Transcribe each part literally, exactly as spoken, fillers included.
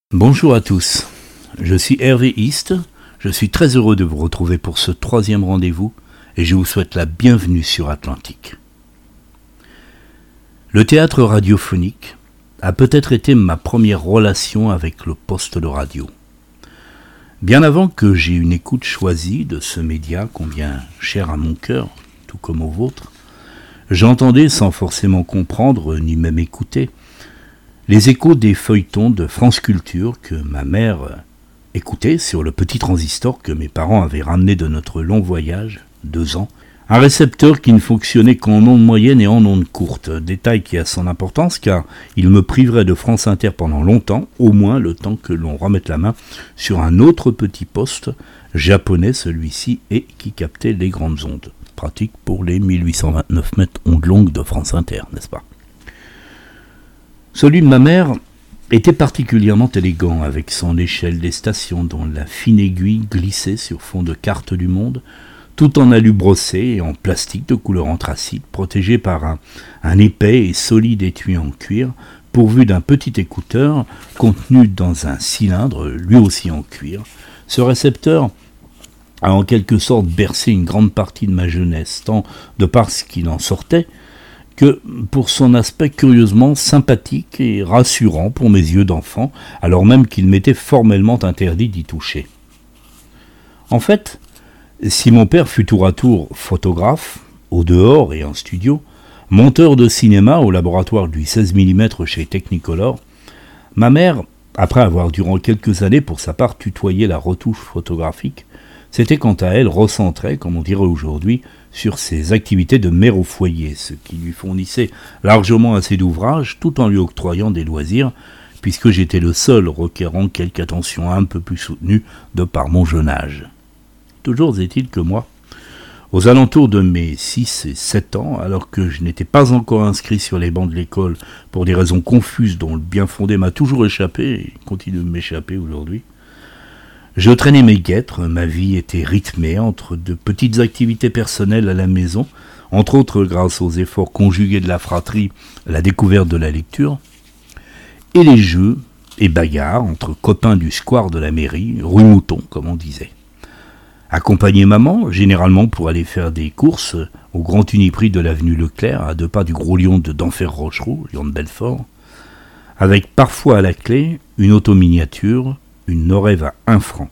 Bonjour à tous, je suis Hervé East, je suis très heureux de vous retrouver pour ce troisième rendez-vous et je vous souhaite la bienvenue sur Atlantique. Le théâtre radiophonique a peut-être été ma première relation avec le poste de radio. Bien avant que j'aie une écoute choisie de ce média combien cher à mon cœur, tout comme au vôtre, j'entendais sans forcément comprendre ni même écouter les échos des feuilletons de France Culture que ma mère écoutait sur le petit transistor que mes parents avaient ramené de notre long voyage, deux ans, un récepteur qui ne fonctionnait qu'en ondes moyennes et en ondes courtes, détail qui a son importance car il me priverait de France Inter pendant longtemps, au moins le temps que l'on remette la main sur un autre petit poste, japonais celui-ci, et qui captait les grandes ondes, pratique pour les mille huit cent vingt-neuf mètres ondes longues de France Inter, n'est-ce pas ? Celui de ma mère était particulièrement élégant, avec son échelle des stations dont la fine aiguille glissait sur fond de carte du monde, tout en alu brossé et en plastique de couleur anthracite, protégé par un, un épais et solide étui en cuir, pourvu d'un petit écouteur contenu dans un cylindre, lui aussi en cuir. Ce récepteur a en quelque sorte bercé une grande partie de ma jeunesse, tant de par ce qu'il en sortait, que pour son aspect curieusement sympathique et rassurant pour mes yeux d'enfant, alors même qu'il m'était formellement interdit d'y toucher. En fait, si mon père fut tour à tour photographe, au dehors et en studio, monteur de cinéma au laboratoire du seize millimètres chez Technicolor, ma mère, après avoir durant quelques années pour sa part tutoyé la retouche photographique, s'était quant à elle recentrée, comme on dirait aujourd'hui, sur ses activités de mère au foyer, ce qui lui fournissait largement assez d'ouvrages, tout en lui octroyant des loisirs, puisque j'étais le seul requérant quelque attention un peu plus soutenue de par mon jeune âge. Toujours est-il que moi, aux alentours de mes six et sept ans, alors que je n'étais pas encore inscrit sur les bancs de l'école pour des raisons confuses dont le bien fondé m'a toujours échappé et continue de m'échapper aujourd'hui, je traînais mes guêtres, ma vie était rythmée entre de petites activités personnelles à la maison, entre autres grâce aux efforts conjugués de la fratrie, la découverte de la lecture, et les jeux et bagarres entre copains du square de la mairie, rue Mouton, comme on disait. Accompagner maman, généralement pour aller faire des courses au grand Uniprix de l'avenue Leclerc, à deux pas du gros lion de d'Enfer Rochereau, lion de Belfort, avec parfois à la clé une auto miniature, une Norève à un franc.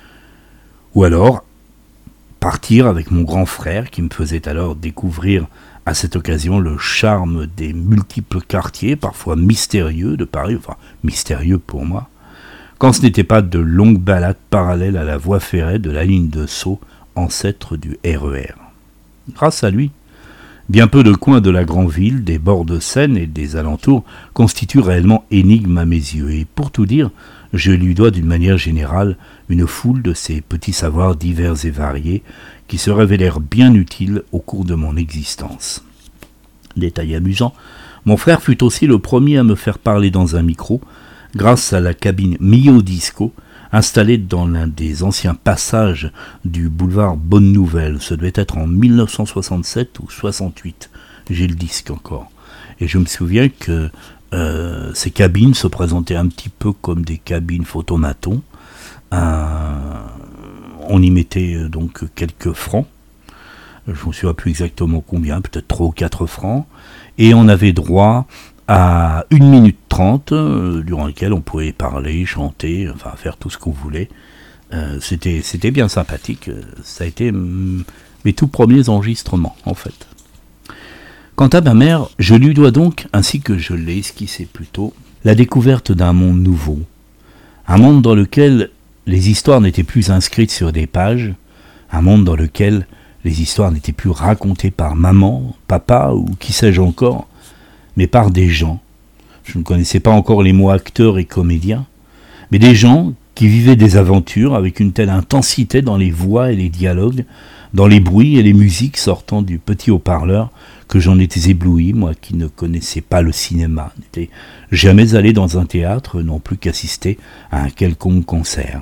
Ou alors, partir avec mon grand frère qui me faisait alors découvrir à cette occasion le charme des multiples quartiers, parfois mystérieux de Paris, enfin mystérieux pour moi, quand ce n'était pas de longues balades parallèles à la voie ferrée de la ligne de Sceaux, ancêtre du R E R. Grâce à lui, bien peu de coins de la grande ville, des bords de Seine et des alentours constituent réellement énigme à mes yeux, et pour tout dire, je lui dois d'une manière générale une foule de ces petits savoirs divers et variés qui se révélèrent bien utiles au cours de mon existence. Détail amusant, mon frère fut aussi le premier à me faire parler dans un micro grâce à la cabine Mio Disco installée dans l'un des anciens passages du boulevard Bonne Nouvelle. Ce devait être en dix-neuf cent soixante-sept ou soixante-huit, j'ai le disque encore. Et je me souviens que Euh, ces cabines se présentaient un petit peu comme des cabines photomatons. Euh, on y mettait euh, donc quelques francs. Je ne me souviens plus exactement combien, peut-être trois ou quatre francs. Et on avait droit à une minute trente, euh, durant laquelle on pouvait parler, chanter, enfin faire tout ce qu'on voulait. Euh, c'était, c'était bien sympathique. Ça a été mm, mes tout premiers enregistrements, en fait. Quant à ma mère, je lui dois donc, ainsi que je l'ai esquissé plus tôt, la découverte d'un monde nouveau. Un monde dans lequel les histoires n'étaient plus inscrites sur des pages, un monde dans lequel les histoires n'étaient plus racontées par maman, papa ou qui sais-je encore, mais par des gens. Je ne connaissais pas encore les mots acteurs et comédiens, mais des gens qui vivaient des aventures avec une telle intensité dans les voix et les dialogues, dans les bruits et les musiques sortant du petit haut-parleur, que j'en étais ébloui, moi qui ne connaissais pas le cinéma, n'étais jamais allé dans un théâtre, non plus qu'assister à un quelconque concert.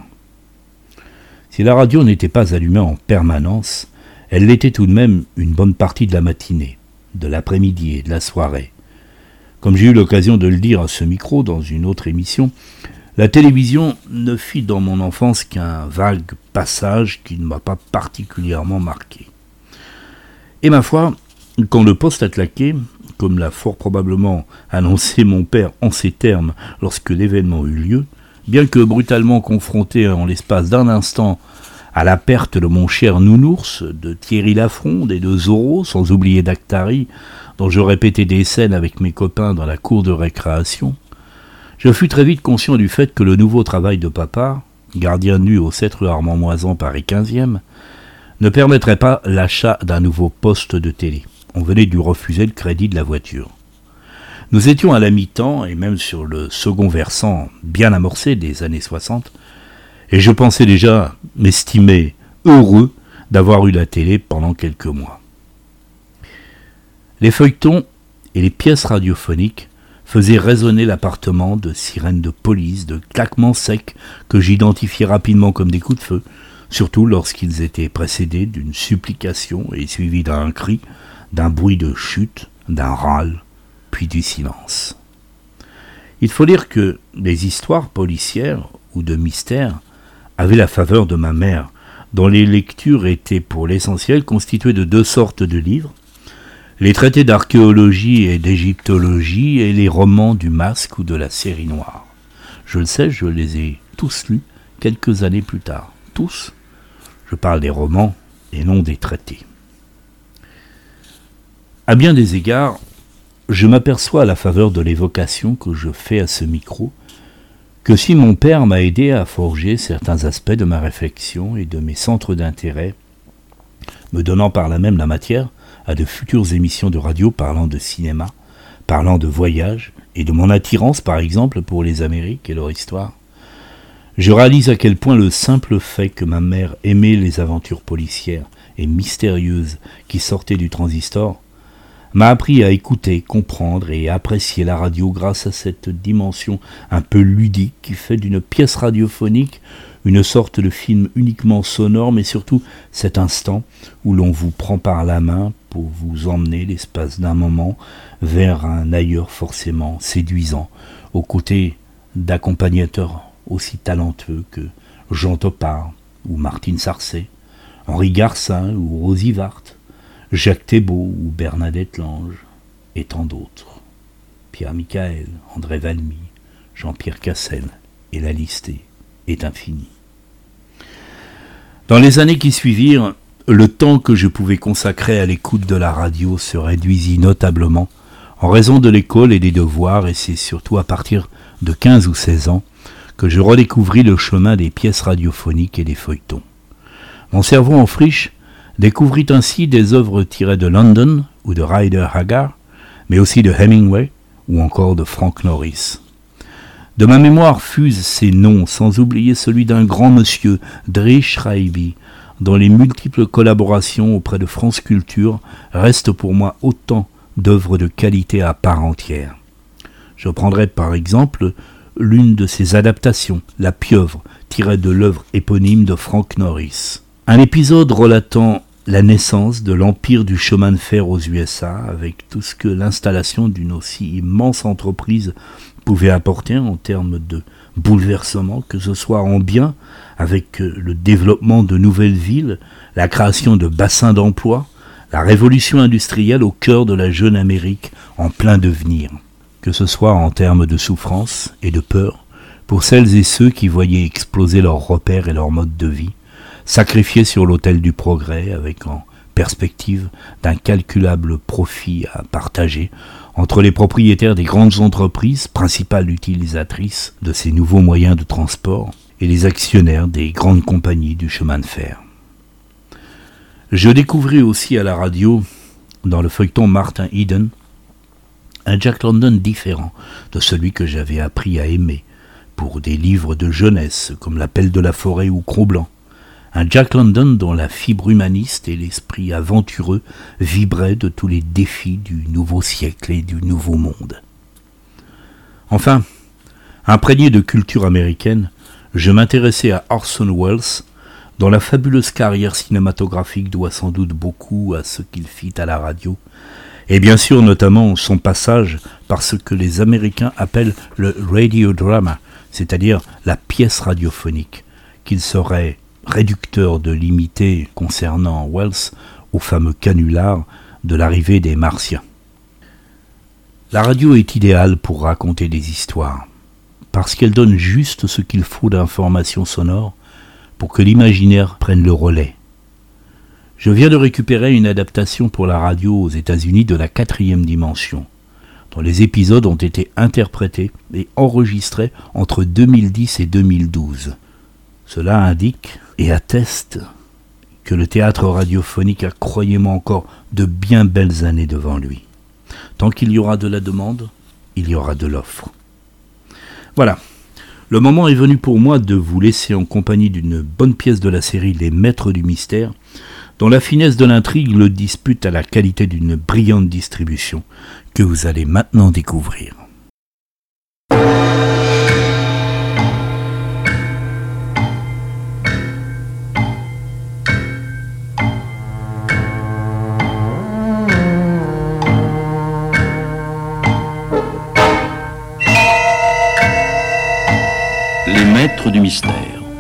Si la radio n'était pas allumée en permanence, elle l'était tout de même une bonne partie de la matinée, de l'après-midi et de la soirée. Comme j'ai eu l'occasion de le dire à ce micro dans une autre émission, La télévision ne fit dans mon enfance qu'un vague passage qui ne m'a pas particulièrement marqué. Et ma foi, quand le poste a claqué, comme l'a fort probablement annoncé mon père en ces termes lorsque l'événement eut lieu, bien que brutalement confronté en l'espace d'un instant à la perte de mon cher nounours, de Thierry Lafronde et de Zorro, sans oublier d'Actari, dont je répétais des scènes avec mes copains dans la cour de récréation, je fus très vite conscient du fait que le nouveau travail de papa, gardien de nuit au sept rue Armand-Moisan, Paris quinzième, ne permettrait pas l'achat d'un nouveau poste de télé. On venait de lui refuser le crédit de la voiture. Nous étions à la mi-temps, et même sur le second versant bien amorcé des années soixante, et je pensais déjà m'estimer heureux d'avoir eu la télé pendant quelques mois. Les feuilletons et les pièces radiophoniques faisaient résonner l'appartement de sirènes de police, de claquements secs que j'identifiais rapidement comme des coups de feu, surtout lorsqu'ils étaient précédés d'une supplication et suivis d'un cri, d'un bruit de chute, d'un râle, puis du silence. Il faut dire que les histoires policières ou de mystère avaient la faveur de ma mère, dont les lectures étaient pour l'essentiel constituées de deux sortes de livres, les traités d'archéologie et d'égyptologie et les romans du Masque ou de la Série Noire. Je le sais, je les ai tous lus quelques années plus tard. Tous. Je parle des romans et non des traités. À bien des égards, je m'aperçois à la faveur de l'évocation que je fais à ce micro que si mon père m'a aidé à forger certains aspects de ma réflexion et de mes centres d'intérêt, me donnant par là même la matière à de futures émissions de radio parlant de cinéma, parlant de voyage et de mon attirance par exemple pour les Amériques et leur histoire, je réalise à quel point le simple fait que ma mère aimait les aventures policières et mystérieuses qui sortaient du transistor m'a appris à écouter, comprendre et apprécier la radio grâce à cette dimension un peu ludique qui fait d'une pièce radiophonique une sorte de film uniquement sonore, mais surtout cet instant où l'on vous prend par la main pour vous emmener l'espace d'un moment vers un ailleurs forcément séduisant, aux côtés d'accompagnateurs aussi talentueux que Jean Topard ou Martine Sarcey, Henri Garcin ou Rosie Vart, Jacques Thébault ou Bernadette Lange, et tant d'autres. Pierre Michael, André Valmy, Jean-Pierre Cassel, et la liste est, est infinie. Dans les années qui suivirent, le temps que je pouvais consacrer à l'écoute de la radio se réduisit notablement en raison de l'école et des devoirs, et c'est surtout à partir de quinze ou seize ans que je redécouvris le chemin des pièces radiophoniques et des feuilletons. Mon cerveau en friche découvrit ainsi des œuvres tirées de London ou de Rider Haggard, mais aussi de Hemingway ou encore de Frank Norris. De ma mémoire fusent ces noms, sans oublier celui d'un grand monsieur, Dre Schreiby, dont les multiples collaborations auprès de France Culture restent pour moi autant d'œuvres de qualité à part entière. Je prendrai par exemple l'une de ses adaptations, La Pieuvre, tirée de l'œuvre éponyme de Frank Norris. Un épisode relatant la naissance de l'empire du chemin de fer aux U S A, avec tout ce que l'installation d'une aussi immense entreprise pouvait apporter en termes de bouleversement, que ce soit en bien, avec le développement de nouvelles villes, la création de bassins d'emploi, la révolution industrielle au cœur de la jeune Amérique en plein devenir, que ce soit en termes de souffrance et de peur, pour celles et ceux qui voyaient exploser leurs repères et leur mode de vie, sacrifiés sur l'autel du progrès avec en perspective d'incalculables profits à partager entre les propriétaires des grandes entreprises, principales utilisatrices de ces nouveaux moyens de transport, et les actionnaires des grandes compagnies du chemin de fer. Je découvris aussi à la radio, dans le feuilleton Martin Eden, un Jack London différent de celui que j'avais appris à aimer pour des livres de jeunesse comme L'Appel de la forêt ou Cro-Blanc. Un Jack London dont la fibre humaniste et l'esprit aventureux vibraient de tous les défis du nouveau siècle et du nouveau monde. Enfin, imprégné de culture américaine, je m'intéressais à Orson Welles, dont la fabuleuse carrière cinématographique doit sans doute beaucoup à ce qu'il fit à la radio, Et bien sûr, notamment, son passage par ce que les Américains appellent le radiodrama, c'est-à-dire la pièce radiophonique, qu'il serait réducteur de l'imiter concernant Wells au fameux canular de l'arrivée des Martiens. La radio est idéale pour raconter des histoires, parce qu'elle donne juste ce qu'il faut d'informations sonores pour que l'imaginaire prenne le relais. Je viens de récupérer une adaptation pour la radio aux États-Unis de la quatrième dimension, dont les épisodes ont été interprétés et enregistrés entre deux mille dix et deux mille douze. Cela indique et atteste que le théâtre radiophonique a, croyez-moi encore, de bien belles années devant lui. Tant qu'il y aura de la demande, il y aura de l'offre. Voilà, le moment est venu pour moi de vous laisser en compagnie d'une bonne pièce de la série Les Maîtres du Mystère, dont la finesse de l'intrigue le dispute à la qualité d'une brillante distribution que vous allez maintenant découvrir. Les Maîtres du Mystère.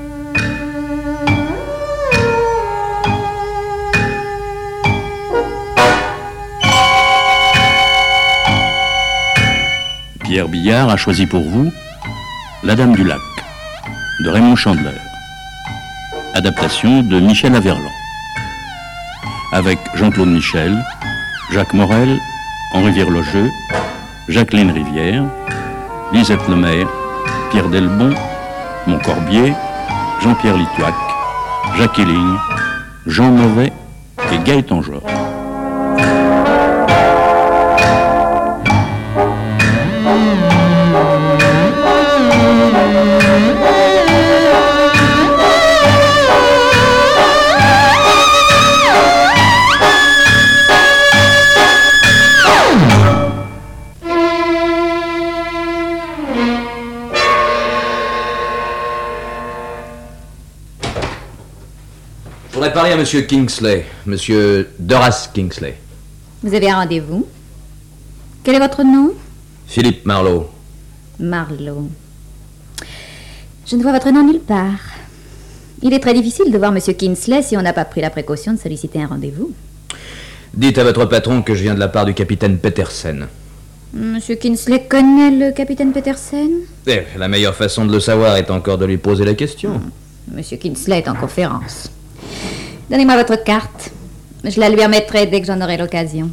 Pierre Billard a choisi pour vous La Dame du Lac, de Raymond Chandler. Adaptation de Michel Averland. Avec Jean-Claude Michel, Jacques Morel, Henri Virlogeux, Jacqueline Rivière, Lisette Lemaire, Pierre Delbon, Montcorbier, Jean-Pierre Lituac, Jacques Héligne, Jean Mauvais et Gaëtan Georges. Je voudrais parler à Monsieur Kingsley, Monsieur Doras Kingsley. Vous avez un rendez-vous? Quel est votre nom? Philippe Marlowe. Marlowe. Je ne vois votre nom nulle part. Il est très difficile de voir Monsieur Kingsley si on n'a pas pris la précaution de solliciter un rendez-vous. Dites à votre patron que je viens de la part du capitaine Petersen. Monsieur Kingsley connaît le capitaine Petersen? Eh, la meilleure façon de le savoir est encore de lui poser la question. Hmm. Monsieur Kingsley est en conférence. Donnez-moi votre carte. Je la lui remettrai dès que j'en aurai l'occasion.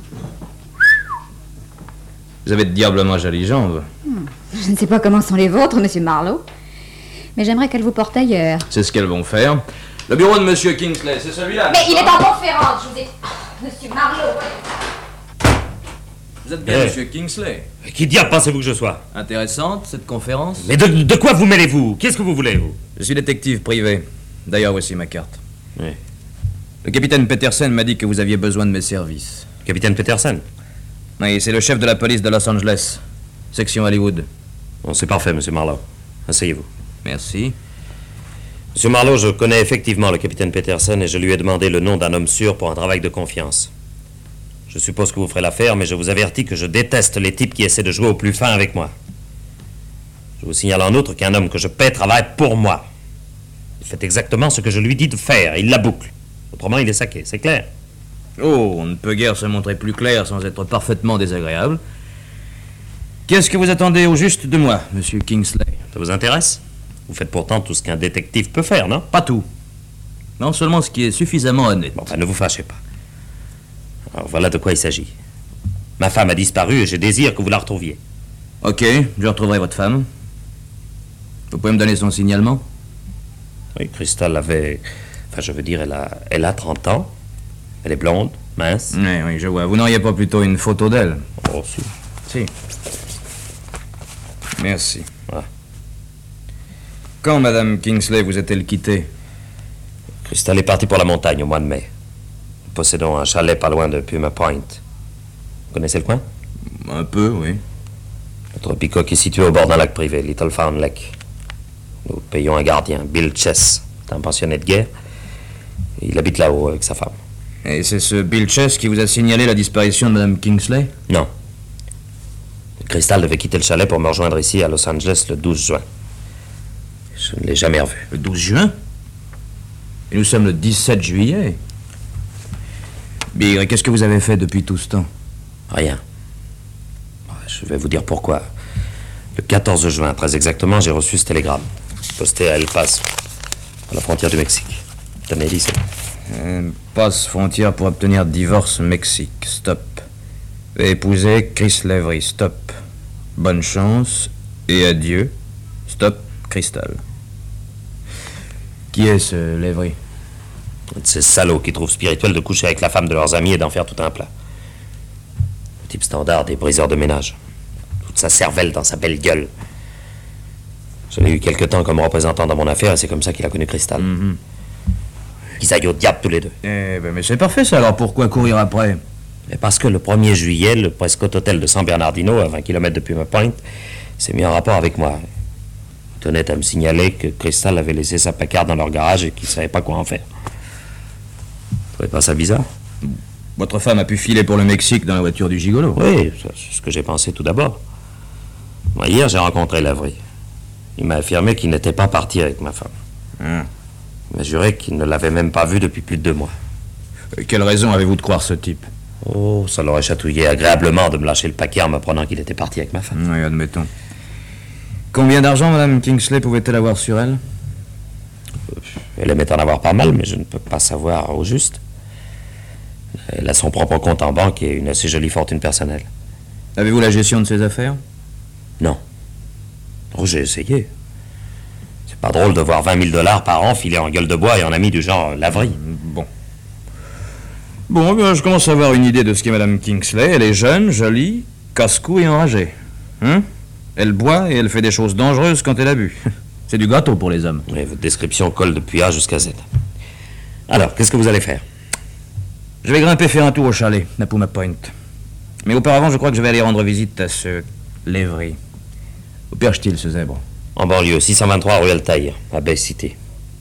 Vous avez de diablement jolies jambes. Hmm. Je ne sais pas comment sont les vôtres, Monsieur Marlowe, mais j'aimerais qu'elles vous portent ailleurs. C'est ce qu'elles vont faire. Le bureau de Monsieur Kingsley, c'est celui-là. Mais il est en conférence, je vous ai... Monsieur Marlowe. Vous êtes bien, Eh. Monsieur Kingsley. Qui diable pensez-vous que je sois? Intéressante, cette conférence. Mais de, de quoi vous mêlez-vous? Qu'est-ce que vous voulez, vous? Je suis détective privé. D'ailleurs, voici ma carte. Oui. Le capitaine Petersen m'a dit que vous aviez besoin de mes services. Capitaine Petersen? Oui, c'est le chef de la police de Los Angeles, section Hollywood. Bon, c'est parfait, Monsieur Marlowe. Asseyez-vous. Merci. Monsieur Marlowe, je connais effectivement le capitaine Petersen et je lui ai demandé le nom d'un homme sûr pour un travail de confiance. Je suppose que vous ferez l'affaire, mais je vous avertis que je déteste les types qui essaient de jouer au plus fin avec moi. Je vous signale en outre qu'un homme que je paie travaille pour moi. Il fait exactement ce que je lui dis de faire, il la boucle. Autrement, il est saqué, c'est clair. Oh, on ne peut guère se montrer plus clair sans être parfaitement désagréable. Qu'est-ce que vous attendez au juste de moi, Monsieur Kingsley? Ça vous intéresse? Vous faites pourtant tout ce qu'un détective peut faire, non? Pas tout. Non seulement ce qui est suffisamment honnête. Bon, enfin, ne vous fâchez pas. Alors, voilà de quoi il s'agit. Ma femme a disparu et je désire que vous la retrouviez. Ok, je retrouverai votre femme. Vous pouvez me donner son signalement? Oui, Crystal avait... Enfin, je veux dire, elle a, elle a trente ans. Elle est blonde, mince. Oui, oui, je vois. Vous n'auriez pas plutôt une photo d'elle? Oh, si. Si. Merci. Voilà. Quand, Madame Kingsley, vous a-t-elle quitté? Crystal est partie pour la montagne au mois de mai. Nous possédons un chalet pas loin de Puma Point. Vous connaissez le coin? Un peu, oui. Notre bicoque est situé au bord d'un lac privé, Little Found Lake. Nous payons un gardien, Bill Chess. C'est un pensionnaire de guerre. Et il habite là-haut avec sa femme. Et c'est ce Bill Chess qui vous a signalé la disparition de Madame Kingsley? Non. Crystal devait quitter le chalet pour me rejoindre ici à Los Angeles le douze juin. Je ne l'ai jamais revu. Le douze juin? Et nous sommes le dix-sept juillet. Bigre, qu'est-ce que vous avez fait depuis tout ce temps? Rien. Je vais vous dire pourquoi. Le quatorze juin, très exactement, j'ai reçu ce télégramme. Posté à El Paso, à la frontière du Mexique. Tenez, lisez. Euh, passe frontière pour obtenir divorce Mexique. Stop. Épouser Chris Lavery. Stop. Bonne chance et adieu. Stop. Crystal. Qui est ce Lavery? Un de ces salauds qui trouvent spirituel de coucher avec la femme de leurs amis et d'en faire tout un plat. Le type standard des briseurs de ménage. Toute sa cervelle dans sa belle gueule. Je l'ai eu quelque temps comme représentant dans mon affaire et c'est comme ça qu'il a connu Crystal. Mm-hmm. Ils aillent au diable tous les deux. Eh ben, mais c'est parfait ça, alors pourquoi courir après? Et parce que le premier juillet, le Prescott Hotel de San Bernardino, à vingt kilomètres depuis ma pointe, s'est mis en rapport avec moi. Il tenait à me signaler que Crystal avait laissé sa pacarde dans leur garage et qu'il ne savait pas quoi en faire. Vous trouvez pas ça bizarre? Votre femme a pu filer pour le Mexique dans la voiture du gigolo. Oui, c'est ce que j'ai pensé tout d'abord. Moi, hier, j'ai rencontré Lavery. Il m'a affirmé qu'il n'était pas parti avec ma femme. Hum. Il m'a juré qu'il ne l'avait même pas vue depuis plus de deux mois. Euh, Quelle raison avez-vous de croire ce type? Oh, ça l'aurait chatouillé agréablement de me lâcher le paquet en m'apprenant qu'il était parti avec ma femme. Oui, admettons. Combien d'argent Madame Kingsley pouvait-elle avoir sur elle? Elle aimait en avoir pas mal, mais je ne peux pas savoir au juste. Elle a son propre compte en banque et une assez jolie fortune personnelle. Avez-vous la gestion de ses affaires? Non. Oh, j'ai essayé. C'est pas drôle de voir vingt mille dollars par an filer en gueule de bois et en ami du genre Lavery. Bon. Bon, bien, je commence à avoir une idée de ce qu'est Madame Kingsley. Elle est jeune, jolie, casse-cou et enragée. Hein? Elle boit et elle fait des choses dangereuses quand elle a bu. C'est du gâteau pour les hommes. Oui, votre description colle depuis A jusqu'à Z. Alors, qu'est-ce que vous allez faire? Je vais grimper faire un tour au chalet, à Puma Point. Mais auparavant, je crois que je vais aller rendre visite à ce Lavery. Où perche-t-il, ce zèbre? En banlieue, six cent vingt-trois rue Altaïr, à Bay City.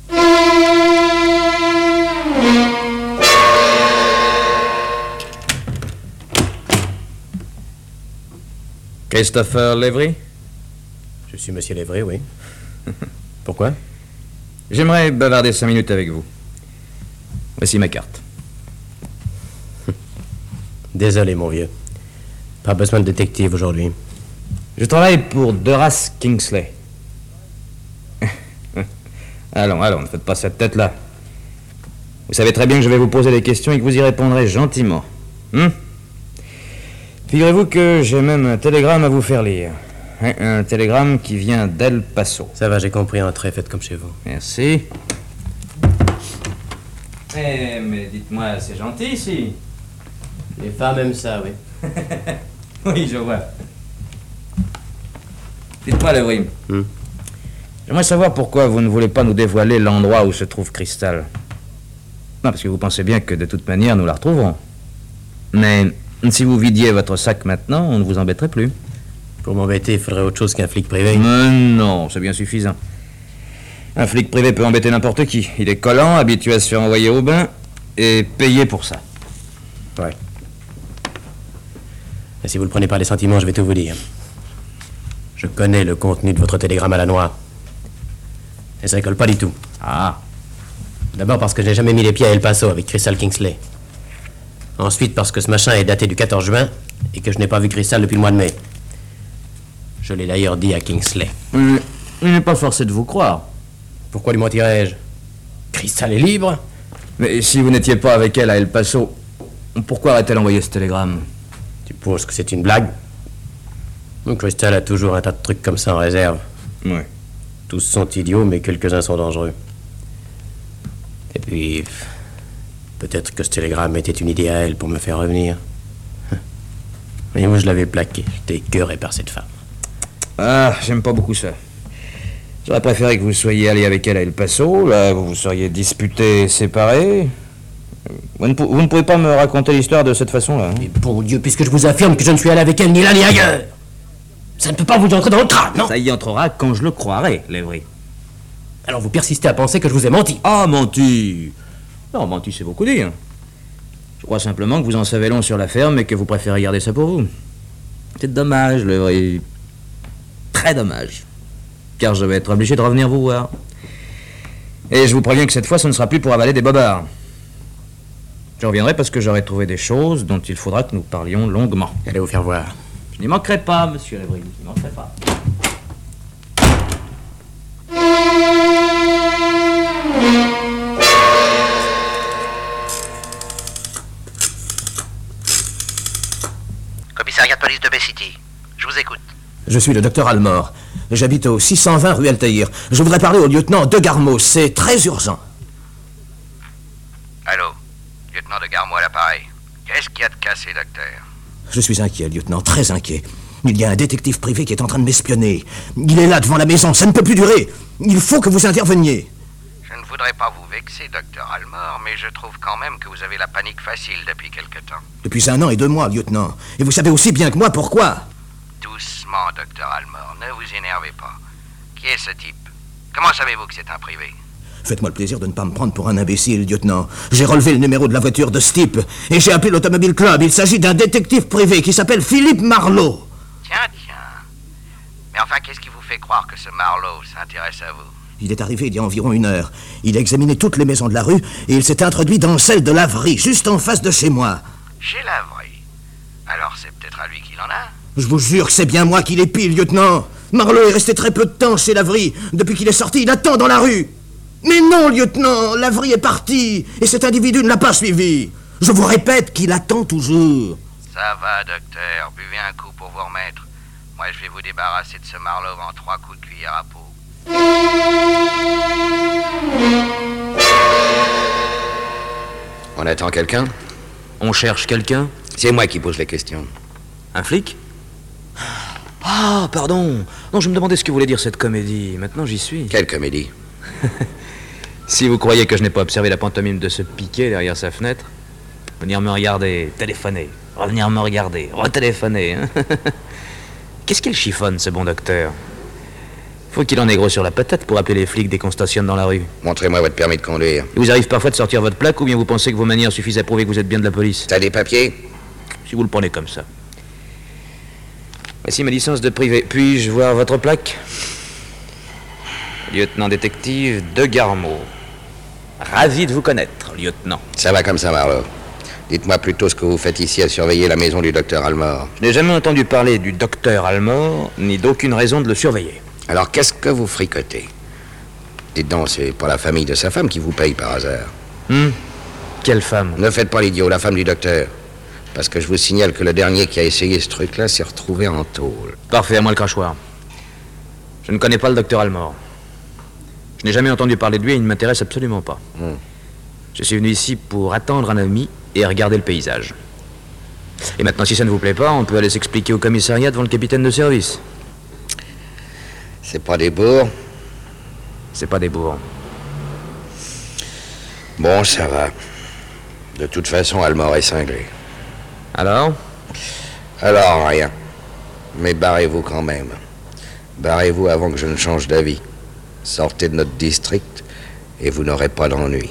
Christopher Lavery? Je suis Monsieur Lavery, oui. Pourquoi? J'aimerais bavarder cinq minutes avec vous. Voici ma carte. Désolé, mon vieux. Pas besoin de détective aujourd'hui. Je travaille pour Doras Kingsley. Allons, allons, ne faites pas cette tête-là. Vous savez très bien que je vais vous poser des questions et que vous y répondrez gentiment. Hum? Figurez-vous que j'ai même un télégramme à vous faire lire. Un, un télégramme qui vient d'El Paso. Ça va, j'ai compris, un trait, faites comme chez vous. Merci. Eh, mais dites-moi, c'est gentil ici. Les femmes aiment ça, oui. Oui, je vois. Dites-moi, Lavery. Hmm. J'aimerais savoir pourquoi vous ne voulez pas nous dévoiler l'endroit où se trouve Crystal. Non, parce que vous pensez bien que de toute manière, nous la retrouverons. Mais si vous vidiez votre sac maintenant, on ne vous embêterait plus. Pour m'embêter, il faudrait autre chose qu'un flic privé. Mais non, c'est bien suffisant. Un flic privé peut embêter n'importe qui. Il est collant, habitué à se faire envoyer au bain, et payé pour ça. Ouais. Et si vous le prenez par les sentiments, je vais tout vous dire. Je connais le contenu de votre télégramme à la noix. Et ça ne colle pas du tout. Ah. D'abord parce que je n'ai jamais mis les pieds à El Paso avec Crystal Kingsley. Ensuite parce que ce machin est daté du quatorze juin et que je n'ai pas vu Crystal depuis le mois de mai. Je l'ai d'ailleurs dit à Kingsley. Il n'est pas forcé de vous croire. Pourquoi lui mentirais-je? Crystal est libre. Mais si vous n'étiez pas avec elle à El Paso, pourquoi aurait-elle envoyé ce télégramme? Tu penses que c'est une blague? Crystal a toujours un tas de trucs comme ça en réserve. Oui. Tous sont idiots, mais quelques-uns sont dangereux. Et puis, peut-être que ce télégramme était une idée à elle pour me faire revenir. Mais moi, je l'avais plaqué. J'étais écœuré par cette femme. Ah, j'aime pas beaucoup ça. J'aurais préféré que vous soyez allé avec elle à El Paso. Là, vous vous seriez disputés et séparés. Vous ne, pou- vous ne pouvez pas me raconter l'histoire de cette façon-là. Hein? Mais bon Dieu, puisque je vous affirme que je ne suis allé avec elle ni là ni ailleurs, ça ne peut pas vous entrer dans le crâne, non? Ça y entrera quand je le croirai, Lavery. Alors vous persistez à penser que je vous ai menti. Ah, menti. Non, menti, c'est beaucoup dire. Je crois simplement que vous en savez long sur l'affaire, mais que vous préférez garder ça pour vous. C'est dommage, le vrai. Très dommage. Car je vais être obligé de revenir vous voir. Et je vous préviens que cette fois, ce ne sera plus pour avaler des bobards. Je reviendrai parce que j'aurai trouvé des choses dont il faudra que nous parlions longuement. Allez vous faire voir. Je n'y manquerai pas, monsieur Lévry, je n'y manquerai pas. Commissariat de police de Bay City. Je vous écoute. Je suis le docteur Almore. J'habite au six cent vingt rue Altaïr. Je voudrais parler au lieutenant de Garmot. C'est très urgent. Allô, lieutenant de Garmot à l'appareil. Qu'est-ce qu'il y a de cassé, docteur? Je suis inquiet, lieutenant, très inquiet. Il y a un détective privé qui est en train de m'espionner. Il est là, devant la maison. Ça ne peut plus durer. Il faut que vous interveniez. Je ne voudrais pas vous vexer, docteur Almore, mais je trouve quand même que vous avez la panique facile depuis quelque temps. Depuis un an et deux mois, lieutenant. Et vous savez aussi bien que moi pourquoi. Doucement, docteur Almore, ne vous énervez pas. Qui est ce type? Comment savez-vous que c'est un privé? Faites-moi le plaisir de ne pas me prendre pour un imbécile, lieutenant. J'ai relevé le numéro de la voiture de ce type et j'ai appelé l'Automobile Club. Il s'agit d'un détective privé qui s'appelle Philippe Marlowe. Tiens, tiens. Mais enfin, qu'est-ce qui vous fait croire que ce Marlowe s'intéresse à vous? Il est arrivé il y a environ une heure. Il a examiné toutes les maisons de la rue et il s'est introduit dans celle de Lavry, juste en face de chez moi. Chez Lavry? Alors c'est peut-être à lui qu'il en a? Je vous jure que c'est bien moi qui l'épile, lieutenant. Marlowe est resté très peu de temps chez Lavry. Depuis qu'il est sorti, il attend dans la rue. Mais non, lieutenant, Lavry est parti et cet individu ne l'a pas suivi. Je vous répète qu'il attend toujours. Ça va, docteur. Buvez un coup pour vous remettre. Moi, je vais vous débarrasser de ce Marlowe en trois coups de cuillère à peau. On attend quelqu'un? On cherche quelqu'un? C'est moi qui pose les questions. Un flic? Ah, pardon. Non, je me demandais ce que voulait dire cette comédie. Maintenant, j'y suis. Quelle comédie? Si vous croyez que je n'ai pas observé la pantomime de ce piquet derrière sa fenêtre, venir me regarder, téléphoner, revenir me regarder, retéléphoner. Hein. Qu'est-ce qu'il chiffonne, ce bon docteur? Faut qu'il en ait gros sur la patate pour appeler les flics dès qu'on stationne dans la rue. Montrez-moi votre permis de conduire. Il vous arrive parfois de sortir votre plaque ou bien vous pensez que vos manières suffisent à prouver que vous êtes bien de la police? T'as des papiers? Si vous le prenez comme ça. Voici ma licence de privé. Puis-je voir votre plaque? Lieutenant détective de Garmot. Ravi de vous connaître, lieutenant. Ça va comme ça, Marlowe. Dites-moi plutôt ce que vous faites ici à surveiller la maison du docteur Almore. Je n'ai jamais entendu parler du docteur Almore, ni d'aucune raison de le surveiller. Alors, qu'est-ce que vous fricotez? Dites donc, c'est pas la famille de sa femme qui vous paye par hasard. Hum? Quelle femme? Ne faites pas l'idiot, la femme du docteur. Parce que je vous signale que le dernier qui a essayé ce truc-là s'est retrouvé en tôle. Parfait, à moi le crachoir. Je ne connais pas le docteur Almore. Je n'ai jamais entendu parler de lui et il ne m'intéresse absolument pas. Hum. Je suis venu ici pour attendre un ami et regarder le paysage. Et maintenant, si ça ne vous plaît pas, on peut aller s'expliquer au commissariat devant le capitaine de service. C'est pas des bourgs? C'est pas des bourgs. Bon, ça va. De toute façon, Almore est cinglé. Alors? Alors, rien. Mais barrez-vous quand même. Barrez-vous avant que je ne change d'avis. Sortez de notre district et vous n'aurez pas d'ennui.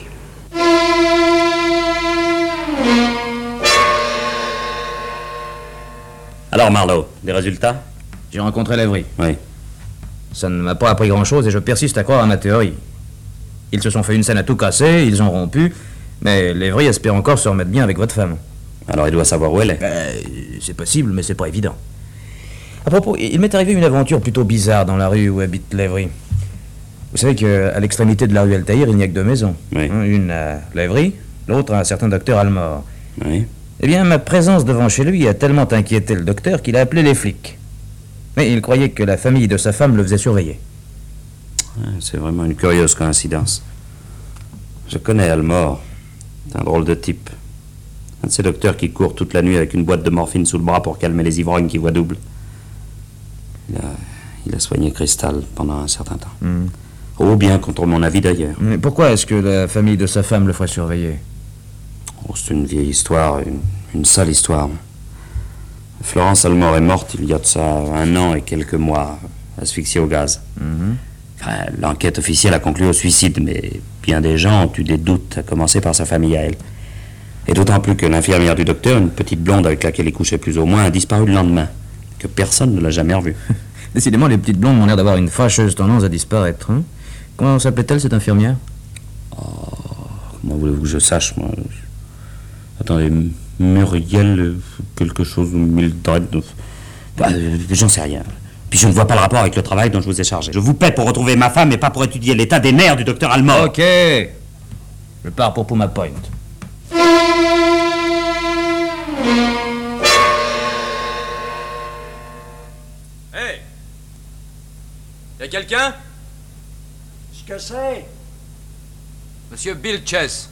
Alors, Marlowe, des résultats? J'ai rencontré Lavry. Oui. Ça ne m'a pas appris grand-chose et je persiste à croire à ma théorie. Ils se sont fait une scène à tout casser, ils ont rompu, mais Lavry espère encore se remettre bien avec votre femme. Alors, il doit savoir où elle est. Euh, c'est possible, mais c'est pas évident. À propos, il m'est arrivé une aventure plutôt bizarre dans la rue où habite Lavry. Vous savez qu'à l'extrémité de la rue Altaïr, il n'y a que deux maisons. Oui. Une à Lavry, l'autre à un certain docteur Almore. Oui. Eh bien, ma présence devant chez lui a tellement inquiété le docteur qu'il a appelé les flics. Mais il croyait que la famille de sa femme le faisait surveiller. C'est vraiment une curieuse coïncidence. Je connais Almore. C'est un drôle de type. Un de ces docteurs qui court toute la nuit avec une boîte de morphine sous le bras pour calmer les ivrognes qui voient double. Il a, il a soigné Cristal pendant un certain temps. Mm. Oh, bien contre mon avis d'ailleurs. Mais pourquoi est-ce que la famille de sa femme le ferait surveiller? Oh, c'est une vieille histoire, une, une sale histoire. Florence Almore est morte il y a de ça un an et quelques mois, asphyxiée au gaz. Mm-hmm. Enfin, l'enquête officielle a conclu au suicide, mais bien des gens ont eu des doutes, à commencer par sa famille à elle. Et d'autant plus que l'infirmière du docteur, une petite blonde avec laquelle il couchait plus ou moins, a disparu le lendemain. Que personne ne l'a jamais revue. Décidément, les petites blondes ont l'air d'avoir une fâcheuse tendance à disparaître. Hein? Comment s'appelait-elle, cette infirmière? Oh, comment voulez-vous que je sache, moi? Attendez, Muriel, quelque chose, Mildred... Bah, euh, j'en sais rien. Puis je ne vois pas le rapport avec le travail dont je vous ai chargé. Je vous paie pour retrouver ma femme et pas pour étudier l'état des nerfs du docteur Almore. Ok. Je pars pour Puma Point. Hey! Y'a quelqu'un? Ce que c'est? Monsieur Bill Chess.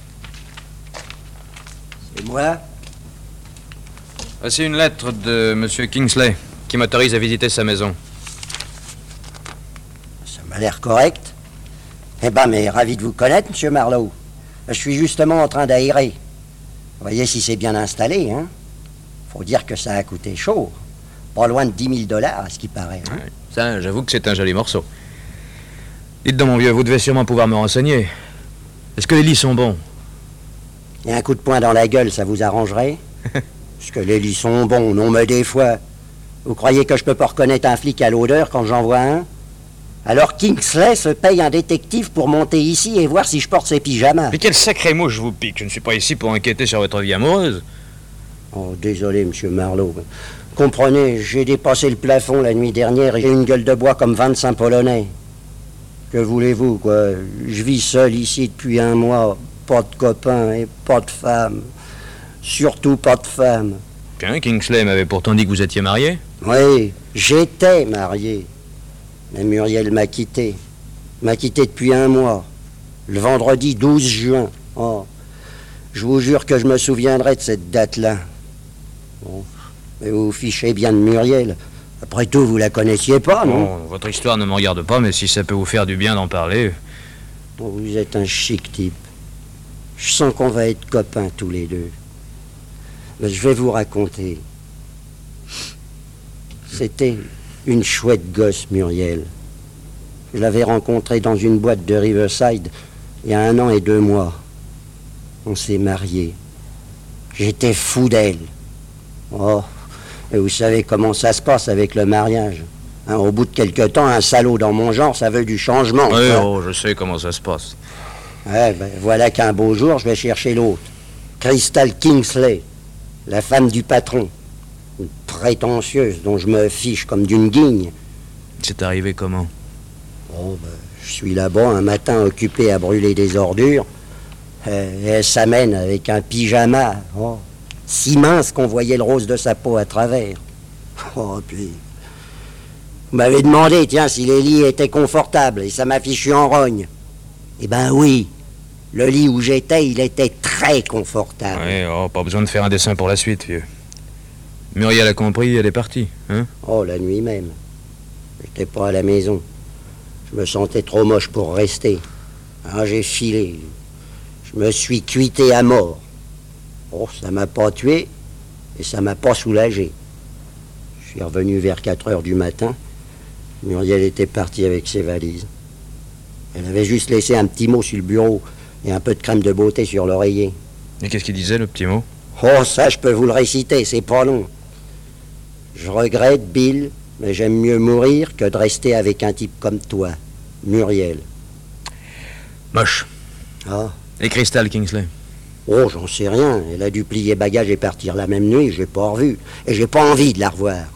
C'est moi? Voici une lettre de Monsieur Kingsley qui m'autorise à visiter sa maison. Ça m'a l'air correct. Eh ben, mais ravi de vous connaître, Monsieur Marlowe. Je suis justement en train d'aérer. Voyez si c'est bien installé, hein? Faut dire que ça a coûté chaud. Pas loin de dix mille dollars, à ce qui paraît. Hein? Ouais, ça, j'avoue que c'est un joli morceau. Dites donc, mon vieux, vous devez sûrement pouvoir me renseigner. Est-ce que les lits sont bons? Et un coup de poing dans la gueule, ça vous arrangerait? Est-ce que les lits sont bons? Non, mais des fois. Vous croyez que je peux pas reconnaître un flic à l'odeur quand j'en vois un? Alors Kingsley se paye un détective pour monter ici et voir si je porte ses pyjamas. Mais quel sacré mot je vous pique. Je ne suis pas ici pour enquêter sur votre vie amoureuse. Oh, désolé, Monsieur Marlowe. Comprenez, j'ai dépassé le plafond la nuit dernière et j'ai une gueule de bois comme vingt-cinq Polonais. Que voulez-vous, quoi? Je vis seul ici depuis un mois. Pas de copains et pas de femmes. Surtout pas de femmes. Tiens, Kingsley m'avait pourtant dit que vous étiez marié. Oui, j'étais marié. Mais Muriel m'a quitté. M'a quitté depuis un mois. Le vendredi douze juin. Oh, je vous jure que je me souviendrai de cette date-là. Bon. Mais vous vous fichez bien de Muriel. Après tout, vous la connaissiez pas, non? Non, votre histoire ne me regarde pas, mais si ça peut vous faire du bien d'en parler... Oh, vous êtes un chic type. Je sens qu'on va être copains tous les deux. Mais je vais vous raconter. C'était une chouette gosse, Muriel. Je l'avais rencontrée dans une boîte de Riverside il y a un an et deux mois. On s'est mariés. J'étais fou d'elle. Oh, et vous savez comment ça se passe avec le mariage. Hein, au bout de quelque temps, un salaud dans mon genre, ça veut du changement. Oui, ça. oh, je sais comment ça se passe. Ouais, ben, voilà qu'un beau jour, je vais chercher l'autre. Crystal Kingsley, la femme du patron. Une prétentieuse dont je me fiche comme d'une guigne. C'est arrivé comment? Oh, ben, je suis là-bas un matin occupé à brûler des ordures. Et elle s'amène avec un pyjama, oh, si mince qu'on voyait le rose de sa peau à travers. Oh, puis... Vous m'avez demandé, tiens, si les lits étaient confortables, et ça m'a fichu en rogne. Eh ben oui, le lit où j'étais, il était très confortable. Oui, oh, pas besoin de faire un dessin pour la suite, vieux. Muriel a compris, elle est partie, hein? Oh, la nuit même. J'étais pas à la maison. Je me sentais trop moche pour rester. Alors j'ai filé. Je me suis cuité à mort. Oh, ça m'a pas tué, et ça m'a pas soulagé. Je suis revenu vers quatre heures du matin. Muriel était partie avec ses valises. Elle avait juste laissé un petit mot sur le bureau et un peu de crème de beauté sur l'oreiller. Et qu'est-ce qu'il disait, le petit mot? Oh, ça, je peux vous le réciter, c'est pas long. Je regrette, Bill, mais j'aime mieux mourir que de rester avec un type comme toi, Muriel. Moche. Ah. Et Crystal Kingsley? Oh, j'en sais rien. Elle a dû plier bagage et partir la même nuit, je l'ai pas revue. Et j'ai pas envie de la revoir.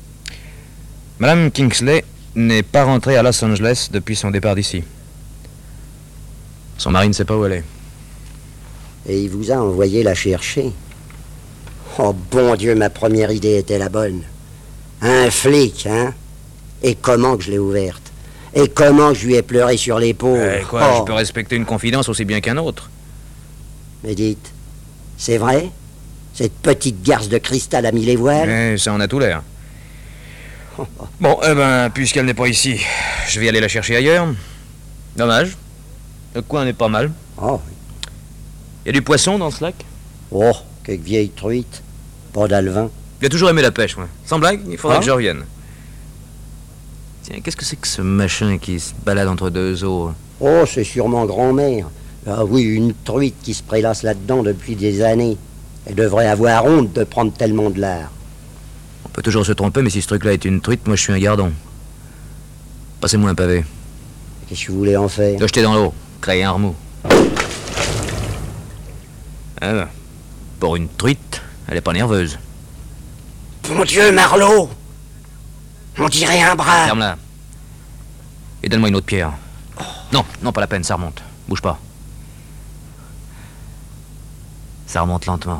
Madame Kingsley n'est pas rentrée à Los Angeles depuis son départ d'ici. Son mari ne sait pas où elle est. Et il vous a envoyé la chercher. Oh, bon Dieu, ma première idée était la bonne. Un flic, hein? Et comment que je l'ai ouverte? Et comment que je lui ai pleuré sur l'épaule? Eh, quoi, oh. je peux respecter une confidence aussi bien qu'un autre. Mais dites, c'est vrai? Cette petite garce de cristal a mis les voiles? Eh, ça en a tout l'air. Bon, eh ben, puisqu'elle n'est pas ici, je vais aller la chercher ailleurs. Dommage. Le coin n'est pas mal. Oh. Il y a du poisson dans ce lac? Oh, quelques vieilles truites. Pas d'alevin. J'ai toujours aimé la pêche, moi. Sans blague, il faudrait Ah. que je revienne. Tiens, qu'est-ce que c'est que ce machin qui se balade entre deux eaux? Oh, c'est sûrement grand-mère. Ah oui, une truite qui se prélasse là-dedans depuis des années. Elle devrait avoir honte de prendre tellement de lard. On peut toujours se tromper, mais si ce truc-là est une truite, moi je suis un gardon. Passez-moi un pavé. Qu'est-ce que vous voulez en faire? Le jeter dans l'eau, créer un remous. Ah ben, pour une truite, elle est pas nerveuse. Mon Dieu, Marlowe! On dirait un bras! Ferme-la. Et donne-moi une autre pierre. Oh. Non, non, pas la peine, ça remonte. Bouge pas. Ça remonte lentement.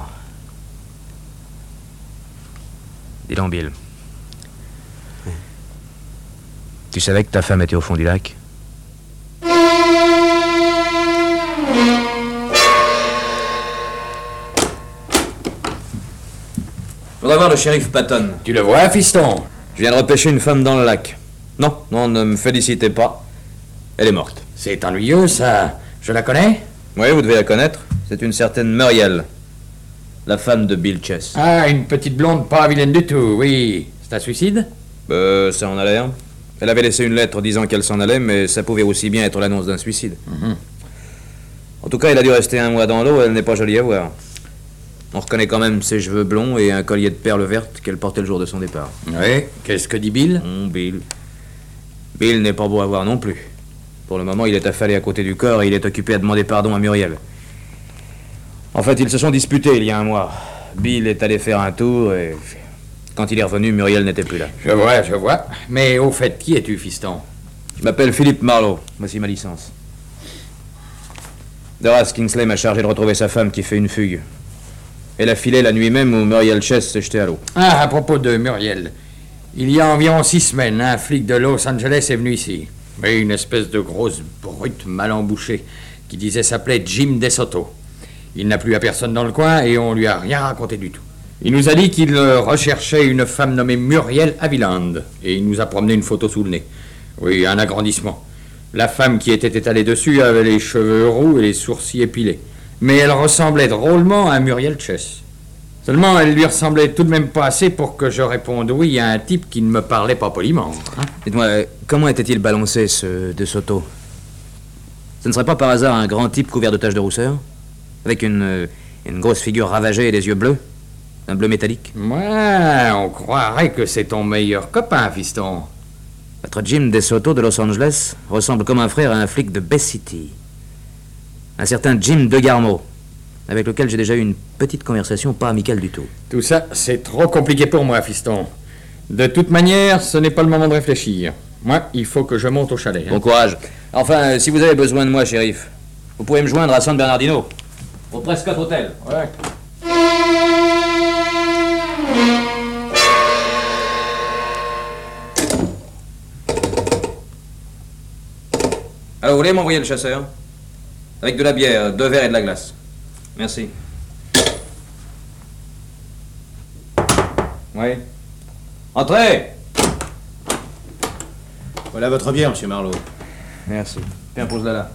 Dis donc, Bill. Oui. Tu savais que ta femme était au fond du lac? Faudra voir le shérif Patton. Tu le vois, fiston? Je viens de repêcher une femme dans le lac. Non, non, ne me félicitez pas. Elle est morte. C'est ennuyeux, ça. Je la connais? Oui, vous devez la connaître. C'est une certaine Muriel. La femme de Bill Chess. Ah, une petite blonde pas vilaine du tout, oui. C'est un suicide? Euh, ça en a l'air. Elle avait laissé une lettre disant qu'elle s'en allait, mais ça pouvait aussi bien être l'annonce d'un suicide. Mm-hmm. En tout cas, elle a dû rester un mois dans l'eau, elle n'est pas jolie à voir. On reconnaît quand même ses cheveux blonds et un collier de perles vertes qu'elle portait le jour de son départ. Oui, qu'est-ce que dit Bill? Mmh, Bill. Bill n'est pas beau à voir non plus. Pour le moment, il est affalé à côté du corps et il est occupé à demander pardon à Muriel. En fait, ils se sont disputés il y a un mois. Bill est allé faire un tour et... quand il est revenu, Muriel n'était plus là. Je vois, je vois. Mais au fait, qui es-tu, fiston? Je m'appelle Philippe Marlowe. Voici ma licence. Doras Kingsley m'a chargé de retrouver sa femme qui fait une fugue. Elle a filé la nuit même où Muriel Chess s'est jetée à l'eau. Ah, à propos de Muriel. Il y a environ six semaines, un flic de Los Angeles est venu ici. Mais une espèce de grosse brute mal embouchée qui disait s'appeler Jim DeSoto. Il n'a plu à personne dans le coin et on lui a rien raconté du tout. Il nous a dit qu'il recherchait une femme nommée Muriel Haviland et il nous a promené une photo sous le nez. Oui, un agrandissement. La femme qui était étalée dessus avait les cheveux roux et les sourcils épilés. Mais elle ressemblait drôlement à Muriel Chess. Seulement, elle lui ressemblait tout de même pas assez pour que je réponde oui à un type qui ne me parlait pas poliment. Hein? Dites-moi, comment était-il balancé, ce De Soto? Ce ne serait pas par hasard un grand type couvert de taches de rousseur? Avec une, une grosse figure ravagée et des yeux bleus? Un bleu métallique? Ouais, on croirait que c'est ton meilleur copain, fiston. Votre Jim De Soto de Los Angeles ressemble comme un frère à un flic de Bay City. Un certain Jim DeGarmo, avec lequel j'ai déjà eu une petite conversation pas amicale du tout. Tout ça, c'est trop compliqué pour moi, fiston. De toute manière, ce n'est pas le moment de réfléchir. Moi, il faut que je monte au chalet. Hein. Bon courage. Enfin, si vous avez besoin de moi, shérif, vous pouvez me joindre à San Bernardino, au Prescott Hotel. Ouais. Alors, vous voulez m'envoyer le chasseur? Avec de la bière, deux verres et de la glace. Merci. Oui. Entrez! Voilà votre bière, monsieur Marlowe. Merci. Bien, pose-la là.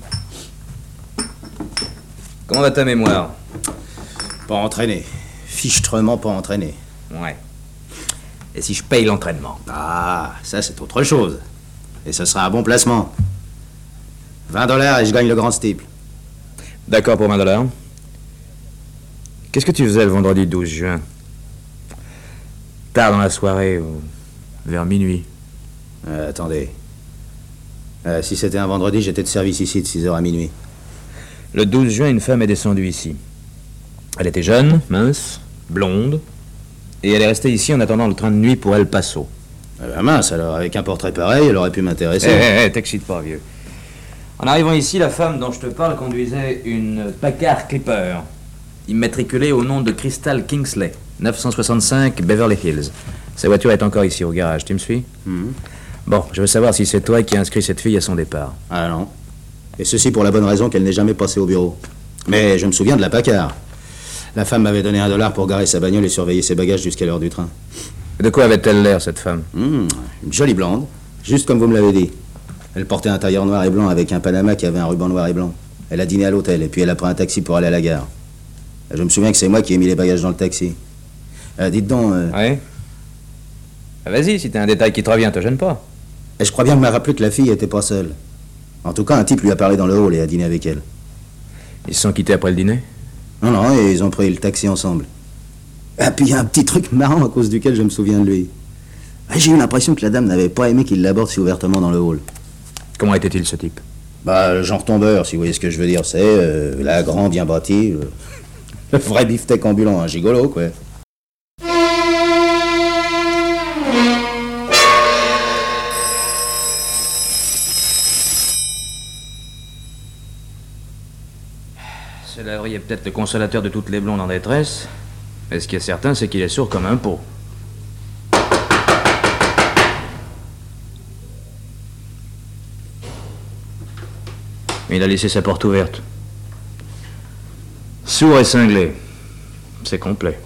Comment va ta mémoire? Pas entraîné. Fichtrement pas entraîné. Ouais. Et si je paye l'entraînement? Ah, ça c'est autre chose. Et ce sera un bon placement. vingt dollars et je gagne le grand steeple. D'accord pour vingt dollars. Qu'est-ce que tu faisais le vendredi douze juin? Tard dans la soirée, ou vers minuit. Euh, attendez. Euh, si c'était un vendredi, j'étais de service ici de six heures à minuit. Le douze juin, une femme est descendue ici. Elle était jeune, mince, blonde, et elle est restée ici en attendant le train de nuit pour El Paso. Eh ben mince, alors, avec un portrait pareil, elle aurait pu m'intéresser. Eh, eh, eh, t'excite pas, vieux. En arrivant ici, la femme dont je te parle conduisait une Packard Clipper, immatriculée au nom de Crystal Kingsley, neuf cent soixante-cinq Beverly Hills. Sa voiture est encore ici au garage, tu me suis? Mm-hmm. Bon, je veux savoir si c'est toi qui as inscrit cette fille à son départ. Ah non. Et ceci pour la bonne raison qu'elle n'est jamais passée au bureau. Mais je me souviens de la Packard. La femme m'avait donné un dollar pour garer sa bagnole et surveiller ses bagages jusqu'à l'heure du train. De quoi avait-elle l'air, cette femme? Mmh, une jolie blonde, juste comme vous me l'avez dit. Elle portait un tailleur noir et blanc avec un panama qui avait un ruban noir et blanc. Elle a dîné à l'hôtel et puis elle a pris un taxi pour aller à la gare. Je me souviens que c'est moi qui ai mis les bagages dans le taxi. Euh, dites donc... Euh... Oui? Ah, vas-y, si t'as un détail qui te revient, te gêne pas. Et je crois bien que m'a rappelé que la fille était pas seule. En tout cas, un type lui a parlé dans le hall et a dîné avec elle. Ils se sont quittés après le dîner? Non, non, et ils ont pris le taxi ensemble. Ah, puis il y a un petit truc marrant à cause duquel je me souviens de lui. Ah, j'ai eu l'impression que la dame n'avait pas aimé qu'il l'aborde si ouvertement dans le hall. Comment était-il, ce type? Bah, le genre tombeur, si vous voyez ce que je veux dire. C'est euh, là, grand, bien bâti. Euh, le vrai beefsteak ambulant, un gigolo, quoi. Ce Lavry est peut-être le consolateur de toutes les blondes en détresse, mais ce qui est certain, c'est qu'il est sourd comme un pot. Il a laissé sa porte ouverte. Sourd et cinglé. C'est complet.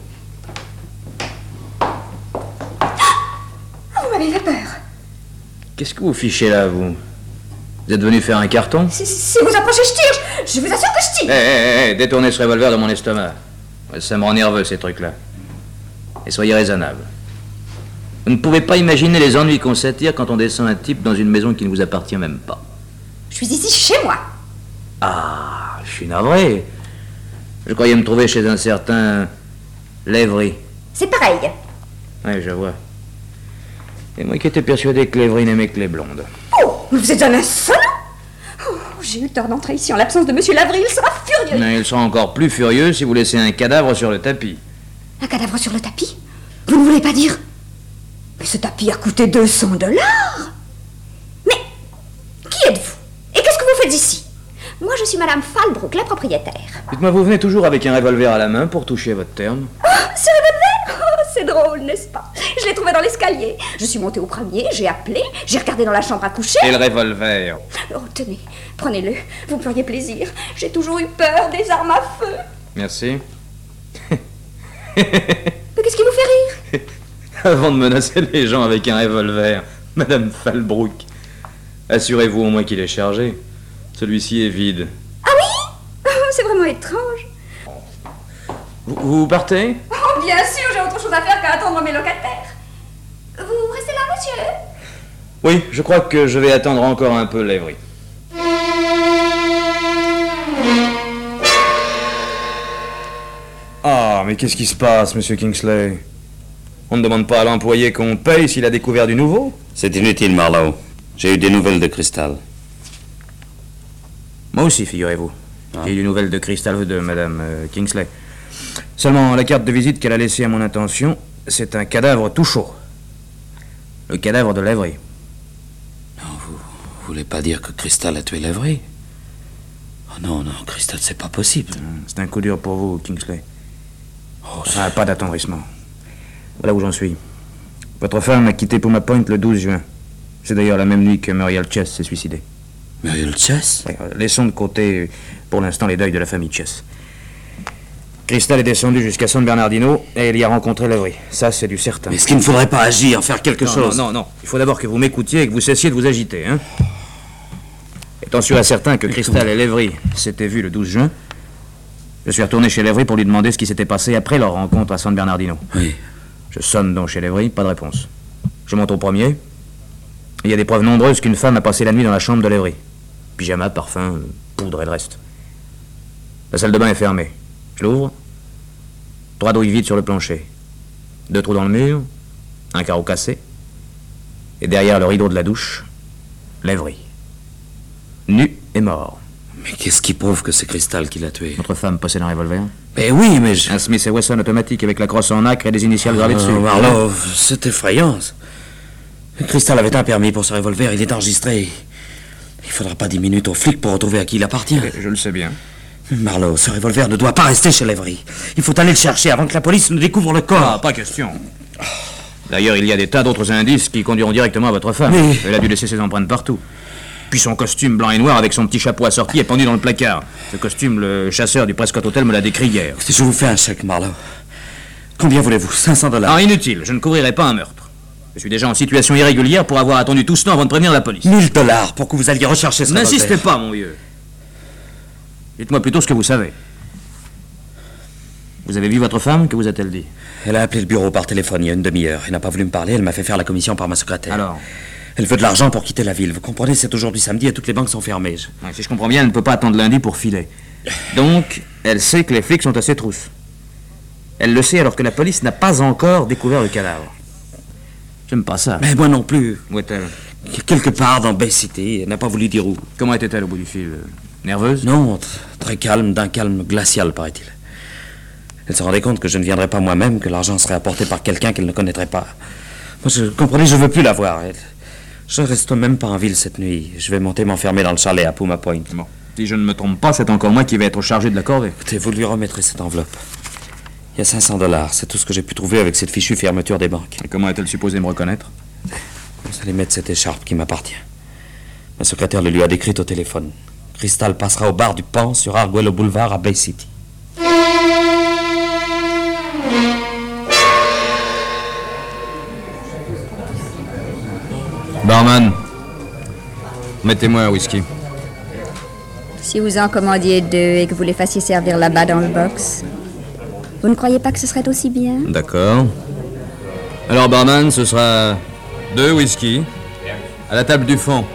Vous m'avez fait peur. Qu'est-ce que vous fichez là, vous? Vous êtes venu faire un carton? Si, si vous approchez, je tire. Je, je vous assure que je tire. Hé, hé, hé, détournez ce revolver de mon estomac. Ça me rend nerveux, ces trucs-là. Et soyez raisonnable. Vous ne pouvez pas imaginer les ennuis qu'on s'attire quand on descend un type dans une maison qui ne vous appartient même pas. Je suis ici chez moi. Ah, je suis navré. Je croyais me trouver chez un certain Lavry. C'est pareil. Oui, je vois. Et moi qui étais persuadé que Lavry n'aimait que les blondes. Oh, vous êtes un insolent. Oh, j'ai eu tort d'entrer ici en l'absence de Monsieur Lavry. Il sera furieux. Mais il sera encore plus furieux si vous laissez un cadavre sur le tapis. Un cadavre sur le tapis? Vous ne voulez pas dire? Mais ce tapis a coûté deux cents dollars. Mais qui êtes-vous? Et qu'est-ce que vous faites ici? Moi, je suis Madame Falbrook, la propriétaire. Dites-moi, vous venez toujours avec un revolver à la main pour toucher votre terme? Oh, ce revolver? Oh, c'est drôle, n'est-ce pas? Je l'ai trouvé dans l'escalier. Je suis montée au premier, j'ai appelé, j'ai regardé dans la chambre à coucher. Et le revolver? Oh, tenez, prenez-le. Vous me feriez plaisir. J'ai toujours eu peur des armes à feu. Merci. Mais qu'est-ce qui vous fait rire? Avant de menacer les gens avec un revolver, Madame Falbrook, assurez-vous au moins qu'il est chargé. Celui-ci est vide. Ah oui? C'est vraiment étrange. Vous, vous partez? Oh, bien sûr, j'ai autre chose à faire qu'à attendre mes locataires. Vous restez là, monsieur? Oui, je crois que je vais attendre encore un peu Lavry. Ah, mais qu'est-ce qui se passe, monsieur Kingsley? On ne demande pas à l'employé qu'on paye s'il a découvert du nouveau? C'est inutile, Marlowe. J'ai eu des nouvelles de Crystal. Moi aussi, figurez-vous. Ah. J'ai eu des nouvelles de Crystal de Madame euh, Kingsley. Seulement, la carte de visite qu'elle a laissée à mon intention, c'est un cadavre tout chaud. Le cadavre de Lavry. Non, vous, vous voulez pas dire que Crystal a tué Lavry? Oh non, non, Crystal, c'est pas possible. C'est un coup dur pour vous, Kingsley. Oh, ah, pas d'attendrissement. Voilà où j'en suis. Votre femme a quitté Puma Point le douze juin. C'est d'ailleurs la même nuit que Muriel Chess s'est suicidée. Muriel Chess? Oui, laissons de côté, pour l'instant, les deuils de la famille Chess. Crystal est descendu jusqu'à San Bernardino et elle y a rencontré Lavry. Ça, c'est du certain. Mais est-ce qu'il ne faudrait pas agir, faire quelque non, chose? Non, non, non. Il faut d'abord que vous m'écoutiez et que vous cessiez de vous agiter, hein. Étant sûr et certain que Crystal et Lavry s'étaient vus le douze juin, je suis retourné chez Lavry pour lui demander ce qui s'était passé après leur rencontre à San Bernardino. Oui. Je sonne donc chez Lavry, pas de réponse. Je monte au premier. Il y a des preuves nombreuses qu'une femme a passé la nuit dans la chambre de Lavry. Pyjama, parfum, poudre et le reste. La salle de bain est fermée. Je l'ouvre. Trois douilles vides sur le plancher. Deux trous dans le mur. Un carreau cassé. Et derrière le rideau de la douche, Lavry. Nu et mort. Mais qu'est-ce qui prouve que c'est Crystal qui l'a tué? Votre femme possède un revolver? Mais oui, mais je... Un Smith et Wesson automatique avec la crosse en nacre et des initiales gravées oh, dessus. Marlowe, c'est effrayant. Crystal avait un permis pour ce revolver, il est enregistré. Il faudra pas dix minutes aux flics pour retrouver à qui il appartient. Je le sais bien. Marlowe, ce revolver ne doit pas rester chez Lavry. Il faut aller le chercher avant que la police ne découvre le corps. Ah, pas question. D'ailleurs, il y a des tas d'autres indices qui conduiront directement à votre femme. Mais... Elle a dû laisser ses empreintes partout. Puis son costume blanc et noir avec son petit chapeau assorti est pendu dans le placard. Ce costume, le chasseur du Prescott Hotel me l'a décrit hier. Je vous fais un chèque, Marlowe. Combien voulez-vous? cinq cents dollars. Ah, inutile, je ne couvrirai pas un meurtre. Je suis déjà en situation irrégulière pour avoir attendu tout ce temps avant de prévenir la police. mille dollars pour que vous alliez rechercher ce revolver. N'insistez pas, mon vieux. Dites-moi plutôt ce que vous savez. Vous avez vu votre femme? Que vous a-t-elle dit? Elle a appelé le bureau par téléphone il y a une demi-heure. Elle n'a pas voulu me parler, elle m'a fait faire la commission par ma secrétaire. Alors? Elle veut de l'argent pour quitter la ville. Vous comprenez, c'est aujourd'hui samedi et toutes les banques sont fermées. Je... Ouais, si je comprends bien, elle ne peut pas attendre lundi pour filer. Donc, elle sait que les flics sont à ses trousses. Elle le sait alors que la police n'a pas encore découvert le cadavre. J'aime pas ça. Mais moi non plus. Où est-elle? Quelque part dans Bay City, elle n'a pas voulu dire où. Comment était-elle au bout du fil? Nerveuse? Non, t- très calme, d'un calme glacial, paraît-il. Elle se rendait compte que je ne viendrais pas moi-même, que l'argent serait apporté par quelqu'un qu'elle ne connaîtrait pas. Moi, je comprenez, je veux plus la voir. Elle- Je reste même pas en ville cette nuit. Je vais monter m'enfermer dans le chalet à Puma Point. Bon, si je ne me trompe pas, c'est encore moi qui vais être chargé de la corvée. Écoutez, vous lui remettrez cette enveloppe. Il y a cinq cents dollars, c'est tout ce que j'ai pu trouver avec cette fichue fermeture des banques. Et comment est-elle supposée me reconnaître? Vous allez mettre cette écharpe qui m'appartient. Ma secrétaire le lui a décrite au téléphone. Crystal passera au bar du Pan sur Arguello Boulevard à Bay City. Barman, mettez-moi un whisky. Si vous en commandiez deux et que vous les fassiez servir là-bas dans le box, vous ne croyez pas que ce serait aussi bien? D'accord. Alors, barman, ce sera deux whisky à la table du fond.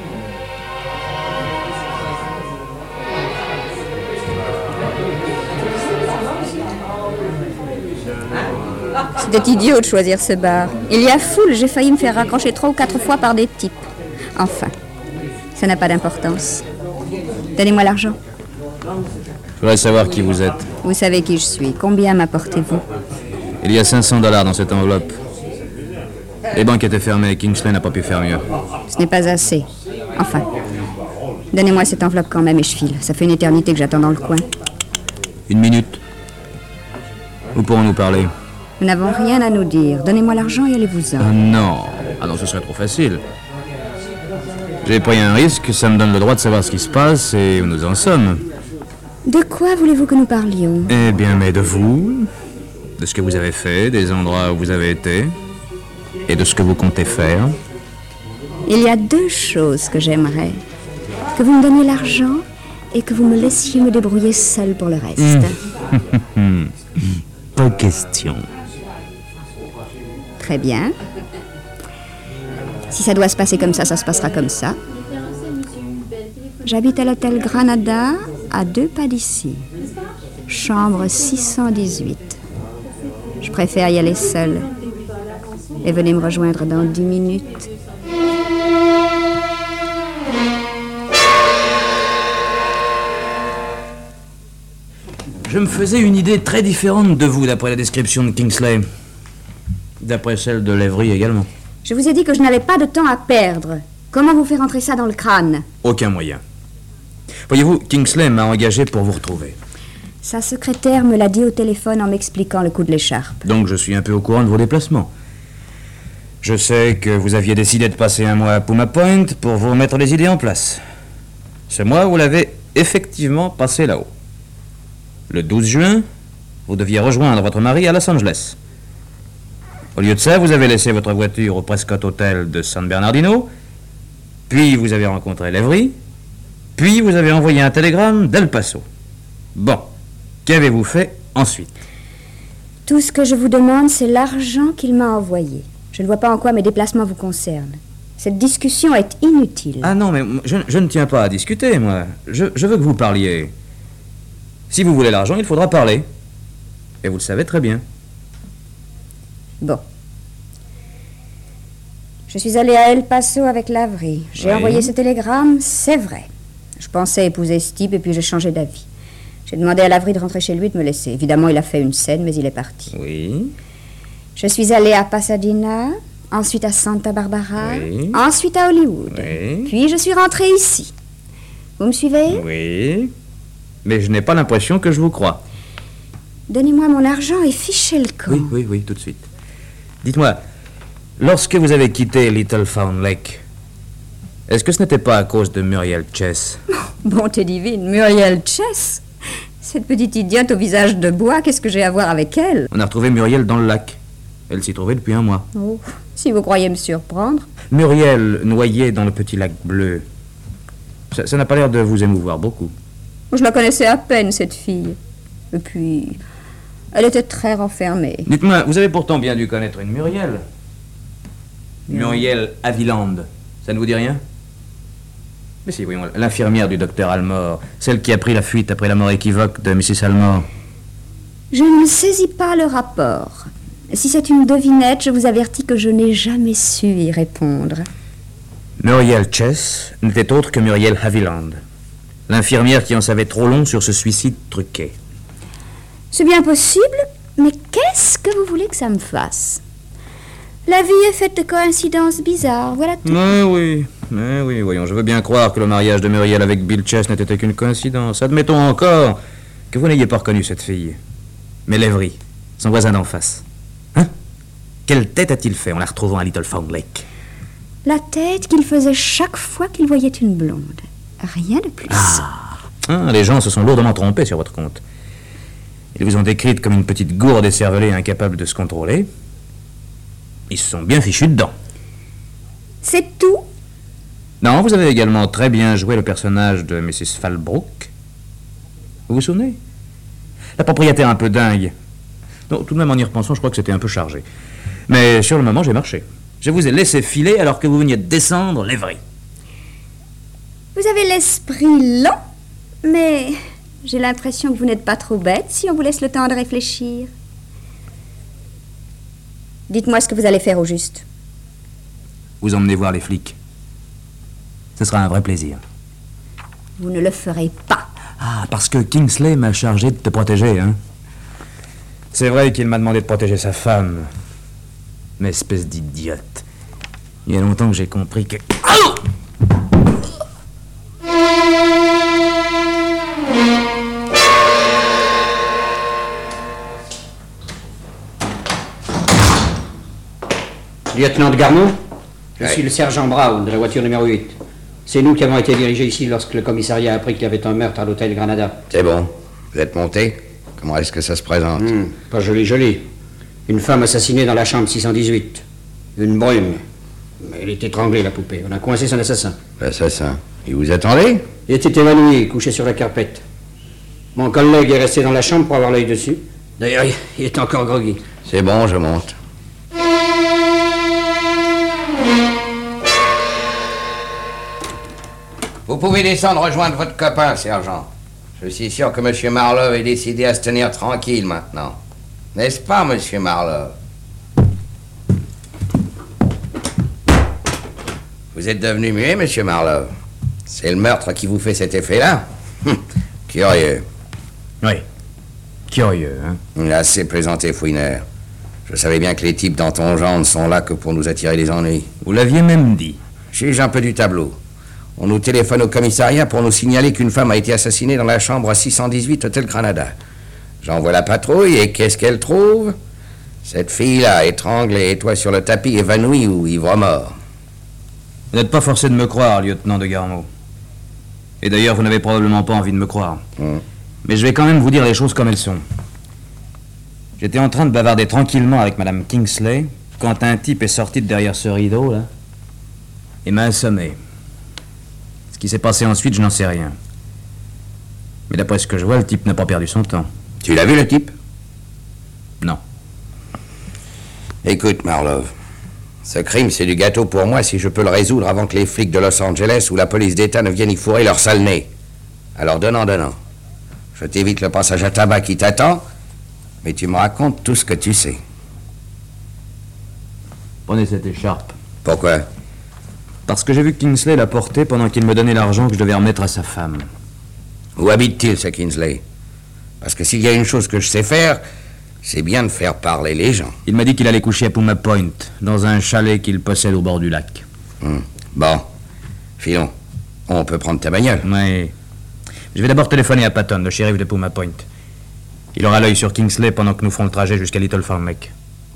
C'était idiot de choisir ce bar. Il y a foule, j'ai failli me faire raccrocher trois ou quatre fois par des types. Enfin, ça n'a pas d'importance. Donnez-moi l'argent. Je voudrais savoir qui vous êtes. Vous savez qui je suis. Combien m'apportez-vous? Il y a cinq cents dollars dans cette enveloppe. Les banques étaient fermées et Kingsley n'a pas pu faire mieux. Ce n'est pas assez. Enfin, donnez-moi cette enveloppe quand même et je file. Ça fait une éternité que j'attends dans le coin. Une minute. Où pourrons-nous parler? Nous n'avons rien à nous dire. Donnez-moi l'argent et allez-vous-en. Ah non. Ah non, ce serait trop facile. J'ai pris un risque, ça me donne le droit de savoir ce qui se passe et où nous en sommes. De quoi voulez-vous que nous parlions? Eh bien, mais de vous, de ce que vous avez fait, des endroits où vous avez été, et de ce que vous comptez faire. Il y a deux choses que j'aimerais. Que vous me donniez l'argent et que vous me laissiez me débrouiller seule pour le reste. Mmh. Pas question. Très bien. Si ça doit se passer comme ça, ça se passera comme ça. J'habite à l'hôtel Granada, à deux pas d'ici. Chambre six cent dix-huit. Je préfère y aller seule. Et venez me rejoindre dans dix minutes. Je me faisais une idée très différente de vous d'après la description de Kingsley. D'après celle de Lavery également. Je vous ai dit que je n'avais pas de temps à perdre. Comment vous faire entrer ça dans le crâne? Aucun moyen. Voyez-vous, Kingsley m'a engagé pour vous retrouver. Sa secrétaire me l'a dit au téléphone en m'expliquant le coup de l'écharpe. Donc je suis un peu au courant de vos déplacements. Je sais que vous aviez décidé de passer un mois à Puma Point pour vous remettre les idées en place. Ce mois, vous l'avez effectivement passé là-haut. Le douze juin, vous deviez rejoindre votre mari à Los Angeles. Au lieu de ça, vous avez laissé votre voiture au Prescott Hotel de San Bernardino, puis vous avez rencontré Lavery, puis vous avez envoyé un télégramme d'El Paso. Bon, qu'avez-vous fait ensuite? Tout ce que je vous demande, c'est l'argent qu'il m'a envoyé. Je ne vois pas en quoi mes déplacements vous concernent. Cette discussion est inutile. Ah non, mais je, je ne tiens pas à discuter, moi. Je, je veux que vous parliez. Si vous voulez l'argent, il faudra parler. Et vous le savez très bien. Bon. Je suis allée à El Paso avec Lavery. J'ai Oui. envoyé ce télégramme, c'est vrai. Je pensais épouser ce type et puis j'ai changé d'avis. J'ai demandé à Lavery de rentrer chez lui et de me laisser. Évidemment, il a fait une scène, mais il est parti. Oui. Je suis allée à Pasadena, ensuite à Santa Barbara, Oui. ensuite à Hollywood. Oui. Puis je suis rentrée ici. Vous me suivez? Oui. Mais je n'ai pas l'impression que je vous crois. Donnez-moi mon argent et fichez le camp. Oui, oui, oui, tout de suite. Dites-moi, lorsque vous avez quitté Little Found Lake, est-ce que ce n'était pas à cause de Muriel Chess? Bonté divine, Muriel Chess. Cette petite idiote au visage de bois, qu'est-ce que j'ai à voir avec elle? On a retrouvé Muriel dans le lac. Elle s'y trouvait depuis un mois. Oh, si vous croyez me surprendre. Muriel noyée dans le petit lac bleu. Ça ça n'a pas l'air de vous émouvoir beaucoup. Je la connaissais à peine, cette fille. Et puis, elle était très renfermée. Dites-moi, vous avez pourtant bien dû connaître une Muriel. Muriel Haviland. Ça ne vous dit rien? Mais si, voyons, l'infirmière du docteur Almore, celle qui a pris la fuite après la mort équivoque de missus Almore. Je ne saisis pas le rapport. Si c'est une devinette, je vous avertis que je n'ai jamais su y répondre. Muriel Chess n'était autre que Muriel Haviland, l'infirmière qui en savait trop long sur ce suicide truqué. C'est bien possible, mais qu'est-ce que vous voulez que ça me fasse? La vie est faite de coïncidences bizarres, voilà tout. Mais oui, mais oui, voyons, je veux bien croire que le mariage de Muriel avec Bill Chess n'était qu'une coïncidence. Admettons encore que vous n'ayez pas reconnu cette fille. Mais Lavery, son voisin d'en face. Hein? Quelle tête a-t-il fait en la retrouvant à Little Found Lake? La tête qu'il faisait chaque fois qu'il voyait une blonde. Rien de plus. Ah. Ah, les gens se sont lourdement trompés sur votre compte. Ils vous ont décrite comme une petite gourde écervelée incapable de se contrôler. Ils se sont bien fichus dedans. C'est tout? Non, vous avez également très bien joué le personnage de missus Falbrook. Vous vous souvenez? La propriétaire un peu dingue. Non, tout de même, en y repensant, je crois que c'était un peu chargé. Mais sur le moment, j'ai marché. Je vous ai laissé filer alors que vous veniez de descendre Lavery. Vous avez l'esprit lent, mais j'ai l'impression que vous n'êtes pas trop bête si on vous laisse le temps de réfléchir. Dites-moi ce que vous allez faire au juste. Vous emmenez voir les flics. Ce sera un vrai plaisir. Vous ne le ferez pas. Ah, parce que Kingsley m'a chargé de te protéger, hein? C'est vrai qu'il m'a demandé de protéger sa femme. Mais espèce d'idiote. Il y a longtemps que j'ai compris que... Oh! Lieutenant de Garneau, je Ouais. suis le sergent Brown de la voiture numéro huit. C'est nous qui avons été dirigés ici lorsque le commissariat a appris qu'il y avait un meurtre à l'hôtel Granada. C'est bon. Vous êtes monté? Comment est-ce que ça se présente? Hmm, pas joli, joli. Une femme assassinée dans la chambre six cent dix-huit. Une brume. Mais elle est étranglée, la poupée. On a coincé son assassin. L'assassin. Il vous attendait? Il était évanoui, couché sur la carpette. Mon collègue est resté dans la chambre pour avoir l'œil dessus. D'ailleurs, il est encore groggy. C'est bon, je monte. Vous pouvez descendre rejoindre votre copain, sergent. Je suis sûr que M. Marlowe est décidé à se tenir tranquille maintenant. N'est-ce pas, M. Marlowe? Vous êtes devenu muet, M. Marlowe? C'est le meurtre qui vous fait cet effet-là? Hum, Curieux. Oui. Curieux, hein? Assez plaisanté, fouineur. Je savais bien que les types dans ton genre ne sont là que pour nous attirer des ennuis. Vous l'aviez même dit. Juge un peu du tableau. On nous téléphone au commissariat pour nous signaler qu'une femme a été assassinée dans la chambre six cent dix-huit, Hôtel Granada. J'envoie la patrouille et qu'est-ce qu'elle trouve? Cette fille-là, étranglée, et toi sur le tapis, évanouie ou ivre-mort. Vous n'êtes pas forcé de me croire, lieutenant de Garneau. Et d'ailleurs, vous n'avez probablement pas envie de me croire. Hum. Mais je vais quand même vous dire les choses comme elles sont. J'étais en train de bavarder tranquillement avec Madame Kingsley quand un type est sorti de derrière ce rideau, là, et m'a assommé. Ce qui s'est passé ensuite, je n'en sais rien. Mais d'après ce que je vois, le type n'a pas perdu son temps. Tu l'as vu, le type? Non. Écoute, Marlowe, ce crime, c'est du gâteau pour moi si je peux le résoudre avant que les flics de Los Angeles ou la police d'État ne viennent y fourrer leur sale nez. Alors, donnant, donnant. Je t'évite le passage à tabac qui t'attend, mais tu me racontes tout ce que tu sais. Prenez cette écharpe. Pourquoi? Parce que j'ai vu que Kingsley la porter pendant qu'il me donnait l'argent que je devais remettre à sa femme. Où habite-t-il, ce Kingsley? Parce que s'il y a une chose que je sais faire, c'est bien de faire parler les gens. Il m'a dit qu'il allait coucher à Puma Point, dans un chalet qu'il possède au bord du lac. Hum. Bon. Filons. On peut prendre ta bagnole. Oui. Je vais d'abord téléphoner à Patton, le shérif de Puma Point. Il aura l'œil sur Kingsley pendant que nous ferons le trajet jusqu'à Little Farm Lake.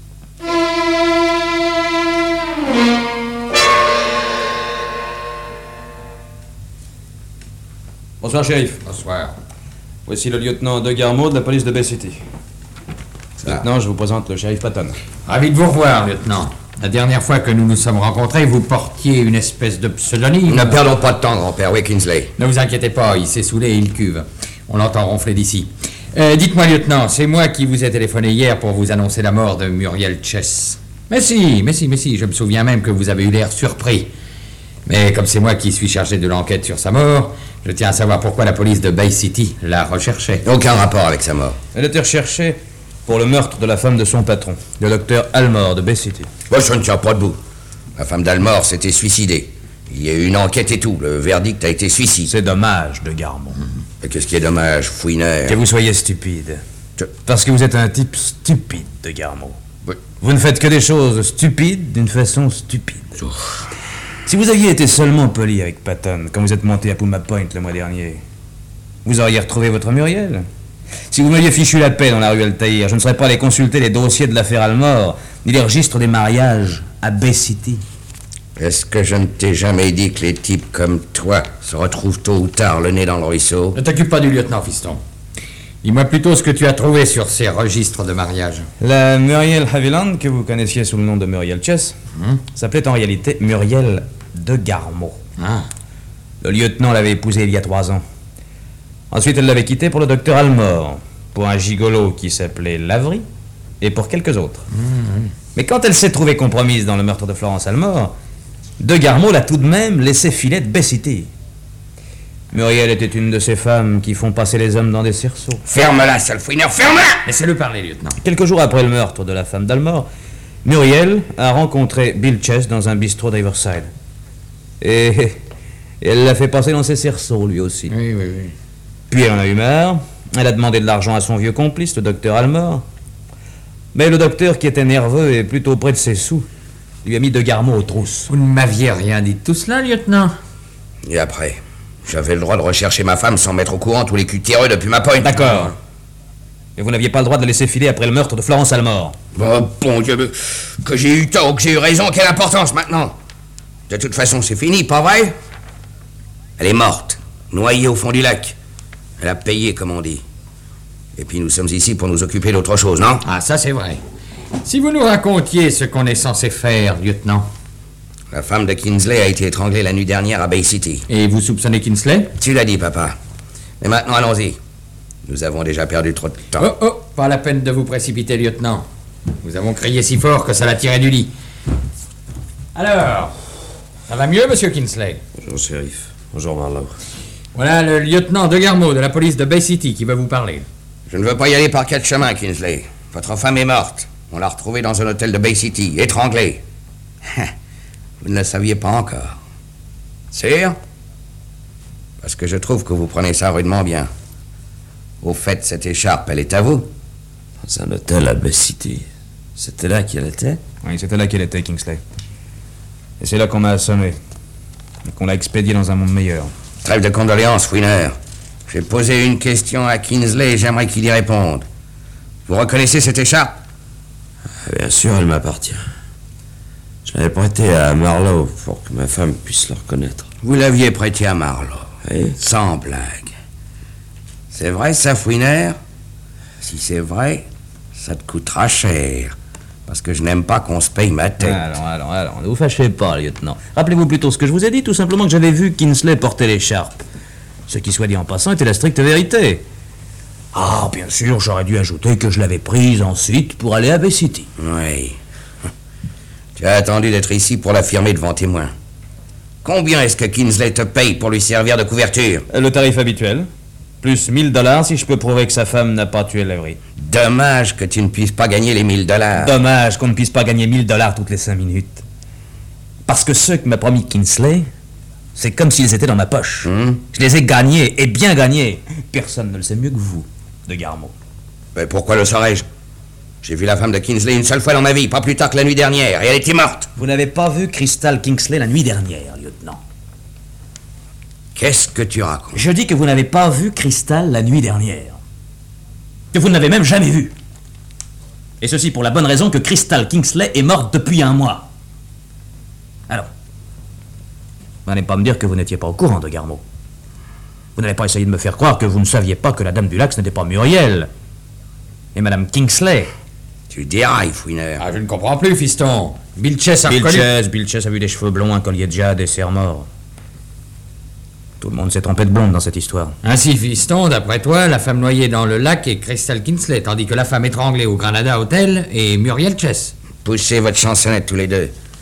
Bonsoir, shérif. Bonsoir. Voici le lieutenant de Garneau de la police de Bay City. Maintenant, je vous présente le shérif Patton. Ravi de vous revoir, lieutenant. La dernière fois que nous nous sommes rencontrés, vous portiez une espèce de pseudonyme. Ne perdons pas de temps, grand-père. Oui, Kingsley. Ne vous inquiétez pas, il s'est saoulé et il cuve. On l'entend ronfler d'ici. Euh, dites-moi, lieutenant, c'est moi qui vous ai téléphoné hier pour vous annoncer la mort de Muriel Chess. Mais si, mais si, mais si, je me souviens même que vous avez eu l'air surpris. Mais comme c'est moi qui suis chargé de l'enquête sur sa mort, je tiens à savoir pourquoi la police de Bay City la recherchait. Aucun rapport avec sa mort. Elle était recherchée pour le meurtre de la femme de son patron, le docteur Almore de Bay City. Moi, ça ne tient pas debout. La femme d'Almore s'était suicidée. Il y a eu une enquête et tout. Le verdict a été suicide. C'est dommage, de Garmont. Et qu'est-ce qui est dommage, fouineur? Que vous soyez stupide. Je... Parce que vous êtes un type stupide, de Garmont. Oui. Vous ne faites que des choses stupides d'une façon stupide. Oh. Si vous aviez été seulement poli avec Patton quand vous êtes monté à Puma Point le mois dernier, vous auriez retrouvé votre Muriel. Si vous m'aviez fichu la paix dans la rue Altaïr, je ne serais pas allé consulter les dossiers de l'affaire Almore, ni les registres des mariages à Bay City. Est-ce que je ne t'ai jamais dit que les types comme toi se retrouvent tôt ou tard le nez dans le ruisseau? Ne t'occupe pas du lieutenant, fiston. Dis-moi plutôt ce que tu as trouvé sur ces registres de mariage. La Muriel Haviland, que vous connaissiez sous le nom de Muriel Chess, hum? s'appelait en réalité Muriel de Garmont. Ah. Le lieutenant l'avait épousée il y a trois ans. Ensuite, elle l'avait quitté pour le docteur Almore, pour un gigolo qui s'appelait Lavry, et pour quelques autres. Mmh. Mais quand elle s'est trouvée compromise dans le meurtre de Florence Almore, de Garmont l'a tout de même laissé filer de Bay City. Muriel était une de ces femmes qui font passer les hommes dans des cerceaux. Ferme-la, sale fouineur, ferme-la! Laissez-le parler, lieutenant. Quelques jours après le meurtre de la femme d'Almore, Muriel a rencontré Bill Chess dans un bistrot d'Iverside. Et, et elle l'a fait passer dans ses cerceaux, lui aussi. Oui, oui, oui. Puis elle en a eu marre. Elle a demandé de l'argent à son vieux complice, le docteur Almore. Mais le docteur, qui était nerveux et plutôt près de ses sous, lui a mis de Garmont aux trousses. Vous ne m'aviez rien dit de tout cela, lieutenant? Et après, j'avais le droit de rechercher ma femme sans mettre au courant tous les culs tireux depuis ma pointe. D'accord. Et vous n'aviez pas le droit de la laisser filer après le meurtre de Florence Almore. Oh, bon Dieu, que j'ai eu tort ou que j'ai eu raison, quelle importance maintenant? De toute façon, c'est fini, pas vrai? Elle est morte, noyée au fond du lac. Elle a payé, comme on dit. Et puis nous sommes ici pour nous occuper d'autre chose, non? Ah, ça c'est vrai. Si vous nous racontiez ce qu'on est censé faire, lieutenant. La femme de Kinsley a été étranglée la nuit dernière à Bay City. Et vous soupçonnez Kinsley? Tu l'as dit, papa. Mais maintenant, allons-y. Nous avons déjà perdu trop de temps. Oh, oh, pas la peine de vous précipiter, lieutenant. Nous avons crié si fort que ça l'a tiré du lit. Alors, ça va mieux, monsieur Kinsley? Bonjour, shérif. Bonjour, Marlowe. Voilà le lieutenant de Garmont de la police de Bay City qui va vous parler. Je ne veux pas y aller par quatre chemins, Kinsley. Votre femme est morte. On l'a retrouvée dans un hôtel de Bay City, étranglée. Vous ne le saviez pas encore. Sûr? Parce que je trouve que vous prenez ça rudement bien. Au fait, cette écharpe, elle est à vous? Dans un hôtel à Bay City. C'était là qu'elle était? Oui, c'était là qu'elle était, Kingsley. Et c'est là qu'on m'a assommé. Et qu'on l'a expédiée dans un monde meilleur. Trêve de condoléances, fouineur. J'ai posé une question à Kinsley et j'aimerais qu'il y réponde. Vous reconnaissez cette écharpe? Bien sûr, elle m'appartient. Je l'avais prêtée à Marlowe pour que ma femme puisse le reconnaître. Vous l'aviez prêtée à Marlowe? Oui. Sans blague. C'est vrai, ça, fouineur? Si c'est vrai, ça te coûtera cher. Parce que je n'aime pas qu'on se paye ma tête. Allons, allons, allons, ne vous fâchez pas, lieutenant. Rappelez-vous plutôt ce que je vous ai dit, tout simplement que j'avais vu Kinsley porter l'écharpe. Ce qui, soit dit en passant, était la stricte vérité. Ah, bien sûr, j'aurais dû ajouter que je l'avais prise ensuite pour aller à Bay City. Oui. Tu as attendu d'être ici pour l'affirmer devant témoins. Combien est-ce que Kinsley te paye pour lui servir de couverture? Le tarif habituel. Plus mille dollars si je peux prouver que sa femme n'a pas tué Lavry. Dommage que tu ne puisses pas gagner les mille dollars. Dommage qu'on ne puisse pas gagner mille dollars toutes les cinq minutes. Parce que ceux que m'a promis Kinsley, c'est comme s'ils étaient dans ma poche. Mmh. Je les ai gagnés, et bien gagnés. Personne ne le sait mieux que vous, de Garmont. Mais pourquoi le saurais-je? J'ai vu la femme de Kinsley une seule fois dans ma vie, pas plus tard que la nuit dernière, et elle était morte. Vous n'avez pas vu Crystal Kingsley la nuit dernière, lieutenant. Qu'est-ce que tu racontes? Je dis que vous n'avez pas vu Crystal la nuit dernière. Que vous ne l'avez même jamais vue. Et ceci pour la bonne raison que Crystal Kingsley est morte depuis un mois. Alors, vous n'allez pas me dire que vous n'étiez pas au courant de Garmont. Vous n'allez pas essayer de me faire croire que vous ne saviez pas que la dame du lac, ce n'était pas Muriel. Et Madame Kingsley. Tu dérailles, fouineur. Ah, je ne comprends plus, fiston. Bill Chess a Bill reconnu... Chess, Bill Chess a vu des cheveux blonds, un collier de jade et serre mort. Tout le monde s'est trompé de blonde dans cette histoire. Ainsi, fiston, d'après toi, la femme noyée dans le lac est Crystal Kinsley, tandis que la femme étranglée au Granada Hotel est Muriel Chess. Poussez votre chansonnette tous les deux.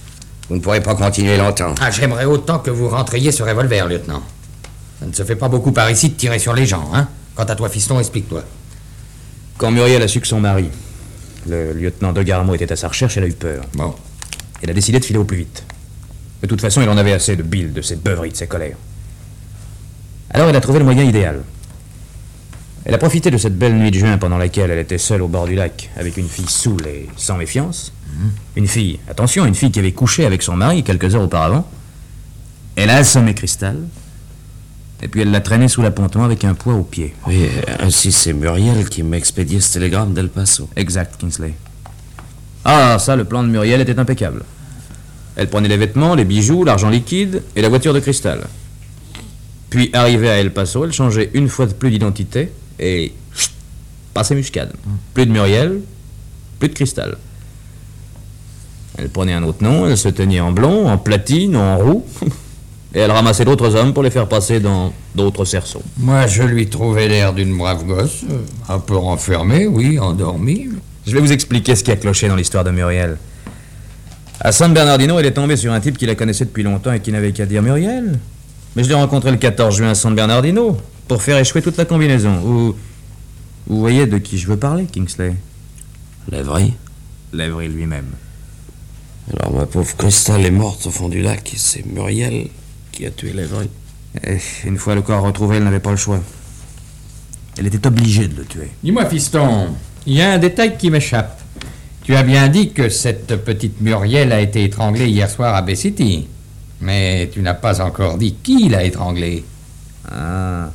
Vous ne pourrez pas continuer longtemps. Ah, j'aimerais autant que vous rentriez ce revolver, lieutenant. Ça ne se fait pas beaucoup par ici de tirer sur les gens, hein? Quant à toi, fiston, explique-toi. Quand Muriel a su que son mari, le lieutenant de Garmo, était à sa recherche, elle a eu peur. Bon. Elle a décidé de filer au plus vite. De toute façon, il en avait assez de Bill, de ses beuveries, de ses colères. Alors elle a trouvé le moyen idéal. Elle a profité de cette belle nuit de juin pendant laquelle elle était seule au bord du lac, avec une fille saoule et sans méfiance. Mmh. Une fille, attention, une fille qui avait couché avec son mari quelques heures auparavant. Elle a assommé Cristal, et puis elle l'a traîné sous l'appontement avec un poids au pied. Oui, ainsi c'est Muriel qui m'a expédié ce télégramme d'El Paso. Exact, Kingsley. Ah, ça, le plan de Muriel était impeccable. Elle prenait les vêtements, les bijoux, l'argent liquide et la voiture de Cristal. Puis, arrivée à El Paso, elle changeait une fois de plus d'identité et... passait muscade. Plus de Muriel, plus de Cristal. Elle prenait un autre nom, elle se teignait en blond, en platine, en roux, et elle ramassait d'autres hommes pour les faire passer dans d'autres cerceaux. Moi, je lui trouvais l'air d'une brave gosse, un peu renfermée, oui, endormie. Je vais vous expliquer ce qui a cloché dans l'histoire de Muriel. À San Bernardino, elle est tombée sur un type qui la connaissait depuis longtemps et qui n'avait qu'à dire Muriel. Mais je l'ai rencontré le quatorze juin à San Bernardino pour faire échouer toute la combinaison. Vous, vous voyez de qui je veux parler, Kingsley? Lavery? Lavery lui-même. Alors ma pauvre Cristal est morte au fond du lac et c'est Muriel qui a tué Lavery. Et une fois le corps retrouvé, elle n'avait pas le choix. Elle était obligée de le tuer. Dis-moi, fiston, il y a un détail qui m'échappe. Tu as bien dit que cette petite Muriel a été étranglée hier soir à Bay City. Mais tu n'as pas encore dit qui l'a étranglée. Ah.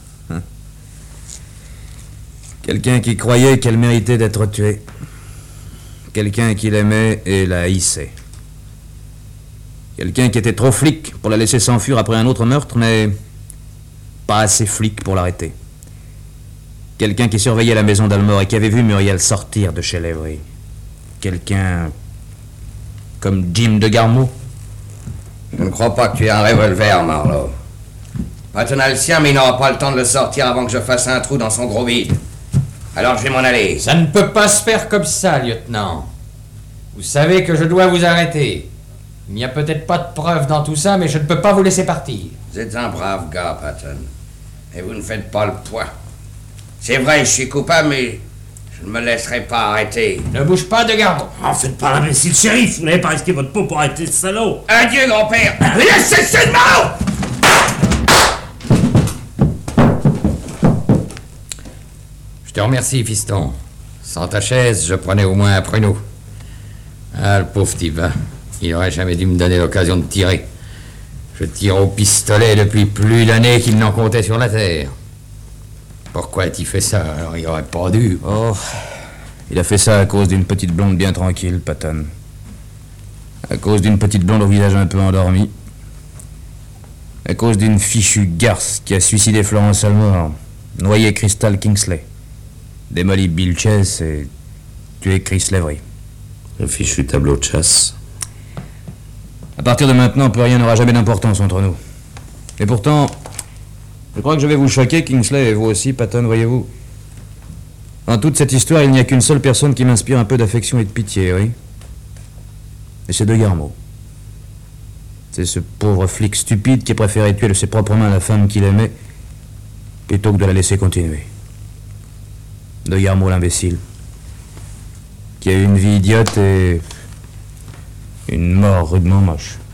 Quelqu'un qui croyait qu'elle méritait d'être tuée. Quelqu'un qui l'aimait et la haïssait. Quelqu'un qui était trop flic pour la laisser s'enfuir après un autre meurtre, mais pas assez flic pour l'arrêter. Quelqu'un qui surveillait la maison d'Almore et qui avait vu Muriel sortir de chez Lavery. Quelqu'un comme Jim de Garmo. Je ne crois pas que tu aies un revolver, Marlowe. Patton a le sien, mais il n'aura pas le temps de le sortir avant que je fasse un trou dans son gros vide. Alors je vais m'en aller. Ça ne peut pas se faire comme ça, lieutenant. Vous savez que je dois vous arrêter. Il n'y a peut-être pas de preuves dans tout ça, mais je ne peux pas vous laisser partir. Vous êtes un brave gars, Patton. Et vous ne faites pas le poids. C'est vrai, je suis coupable, mais je ne me laisserai pas arrêter. Ne bouge pas de Garmo. En faites pas l'imbécile, shérif. Vous n'avez pas risqué votre peau pour arrêter ce salaud. Adieu, grand-père. Laissez ce mot. Je te remercie, fiston. Sans ta chaise, je prenais au moins un pruneau. Ah, le pauvre type, hein. Il n'aurait jamais dû me donner l'occasion de tirer. Je tire au pistolet depuis plus d'années qu'il n'en comptait sur la terre. Pourquoi a-t-il fait ça? Alors, il aurait pas dû. Oh, il a fait ça à cause d'une petite blonde bien tranquille, Patton. À cause d'une petite blonde au visage un peu endormi. À cause d'une fichue garce qui a suicidé Florence Almore, noyé Cristal Kingsley, démoli Bill Chase et tué Chris Lavery. Un fichu tableau de chasse. À partir de maintenant, plus rien n'aura jamais d'importance entre nous. Et pourtant, je crois que je vais vous choquer, Kingsley, et vous aussi, Patton, voyez-vous. Dans toute cette histoire, il n'y a qu'une seule personne qui m'inspire un peu d'affection et de pitié, oui. Et c'est de Garmo. C'est ce pauvre flic stupide qui préférait tuer de ses propres mains la femme qu'il aimait plutôt que de la laisser continuer. De Garmo, l'imbécile. Qui a eu une vie idiote et une mort rudement moche.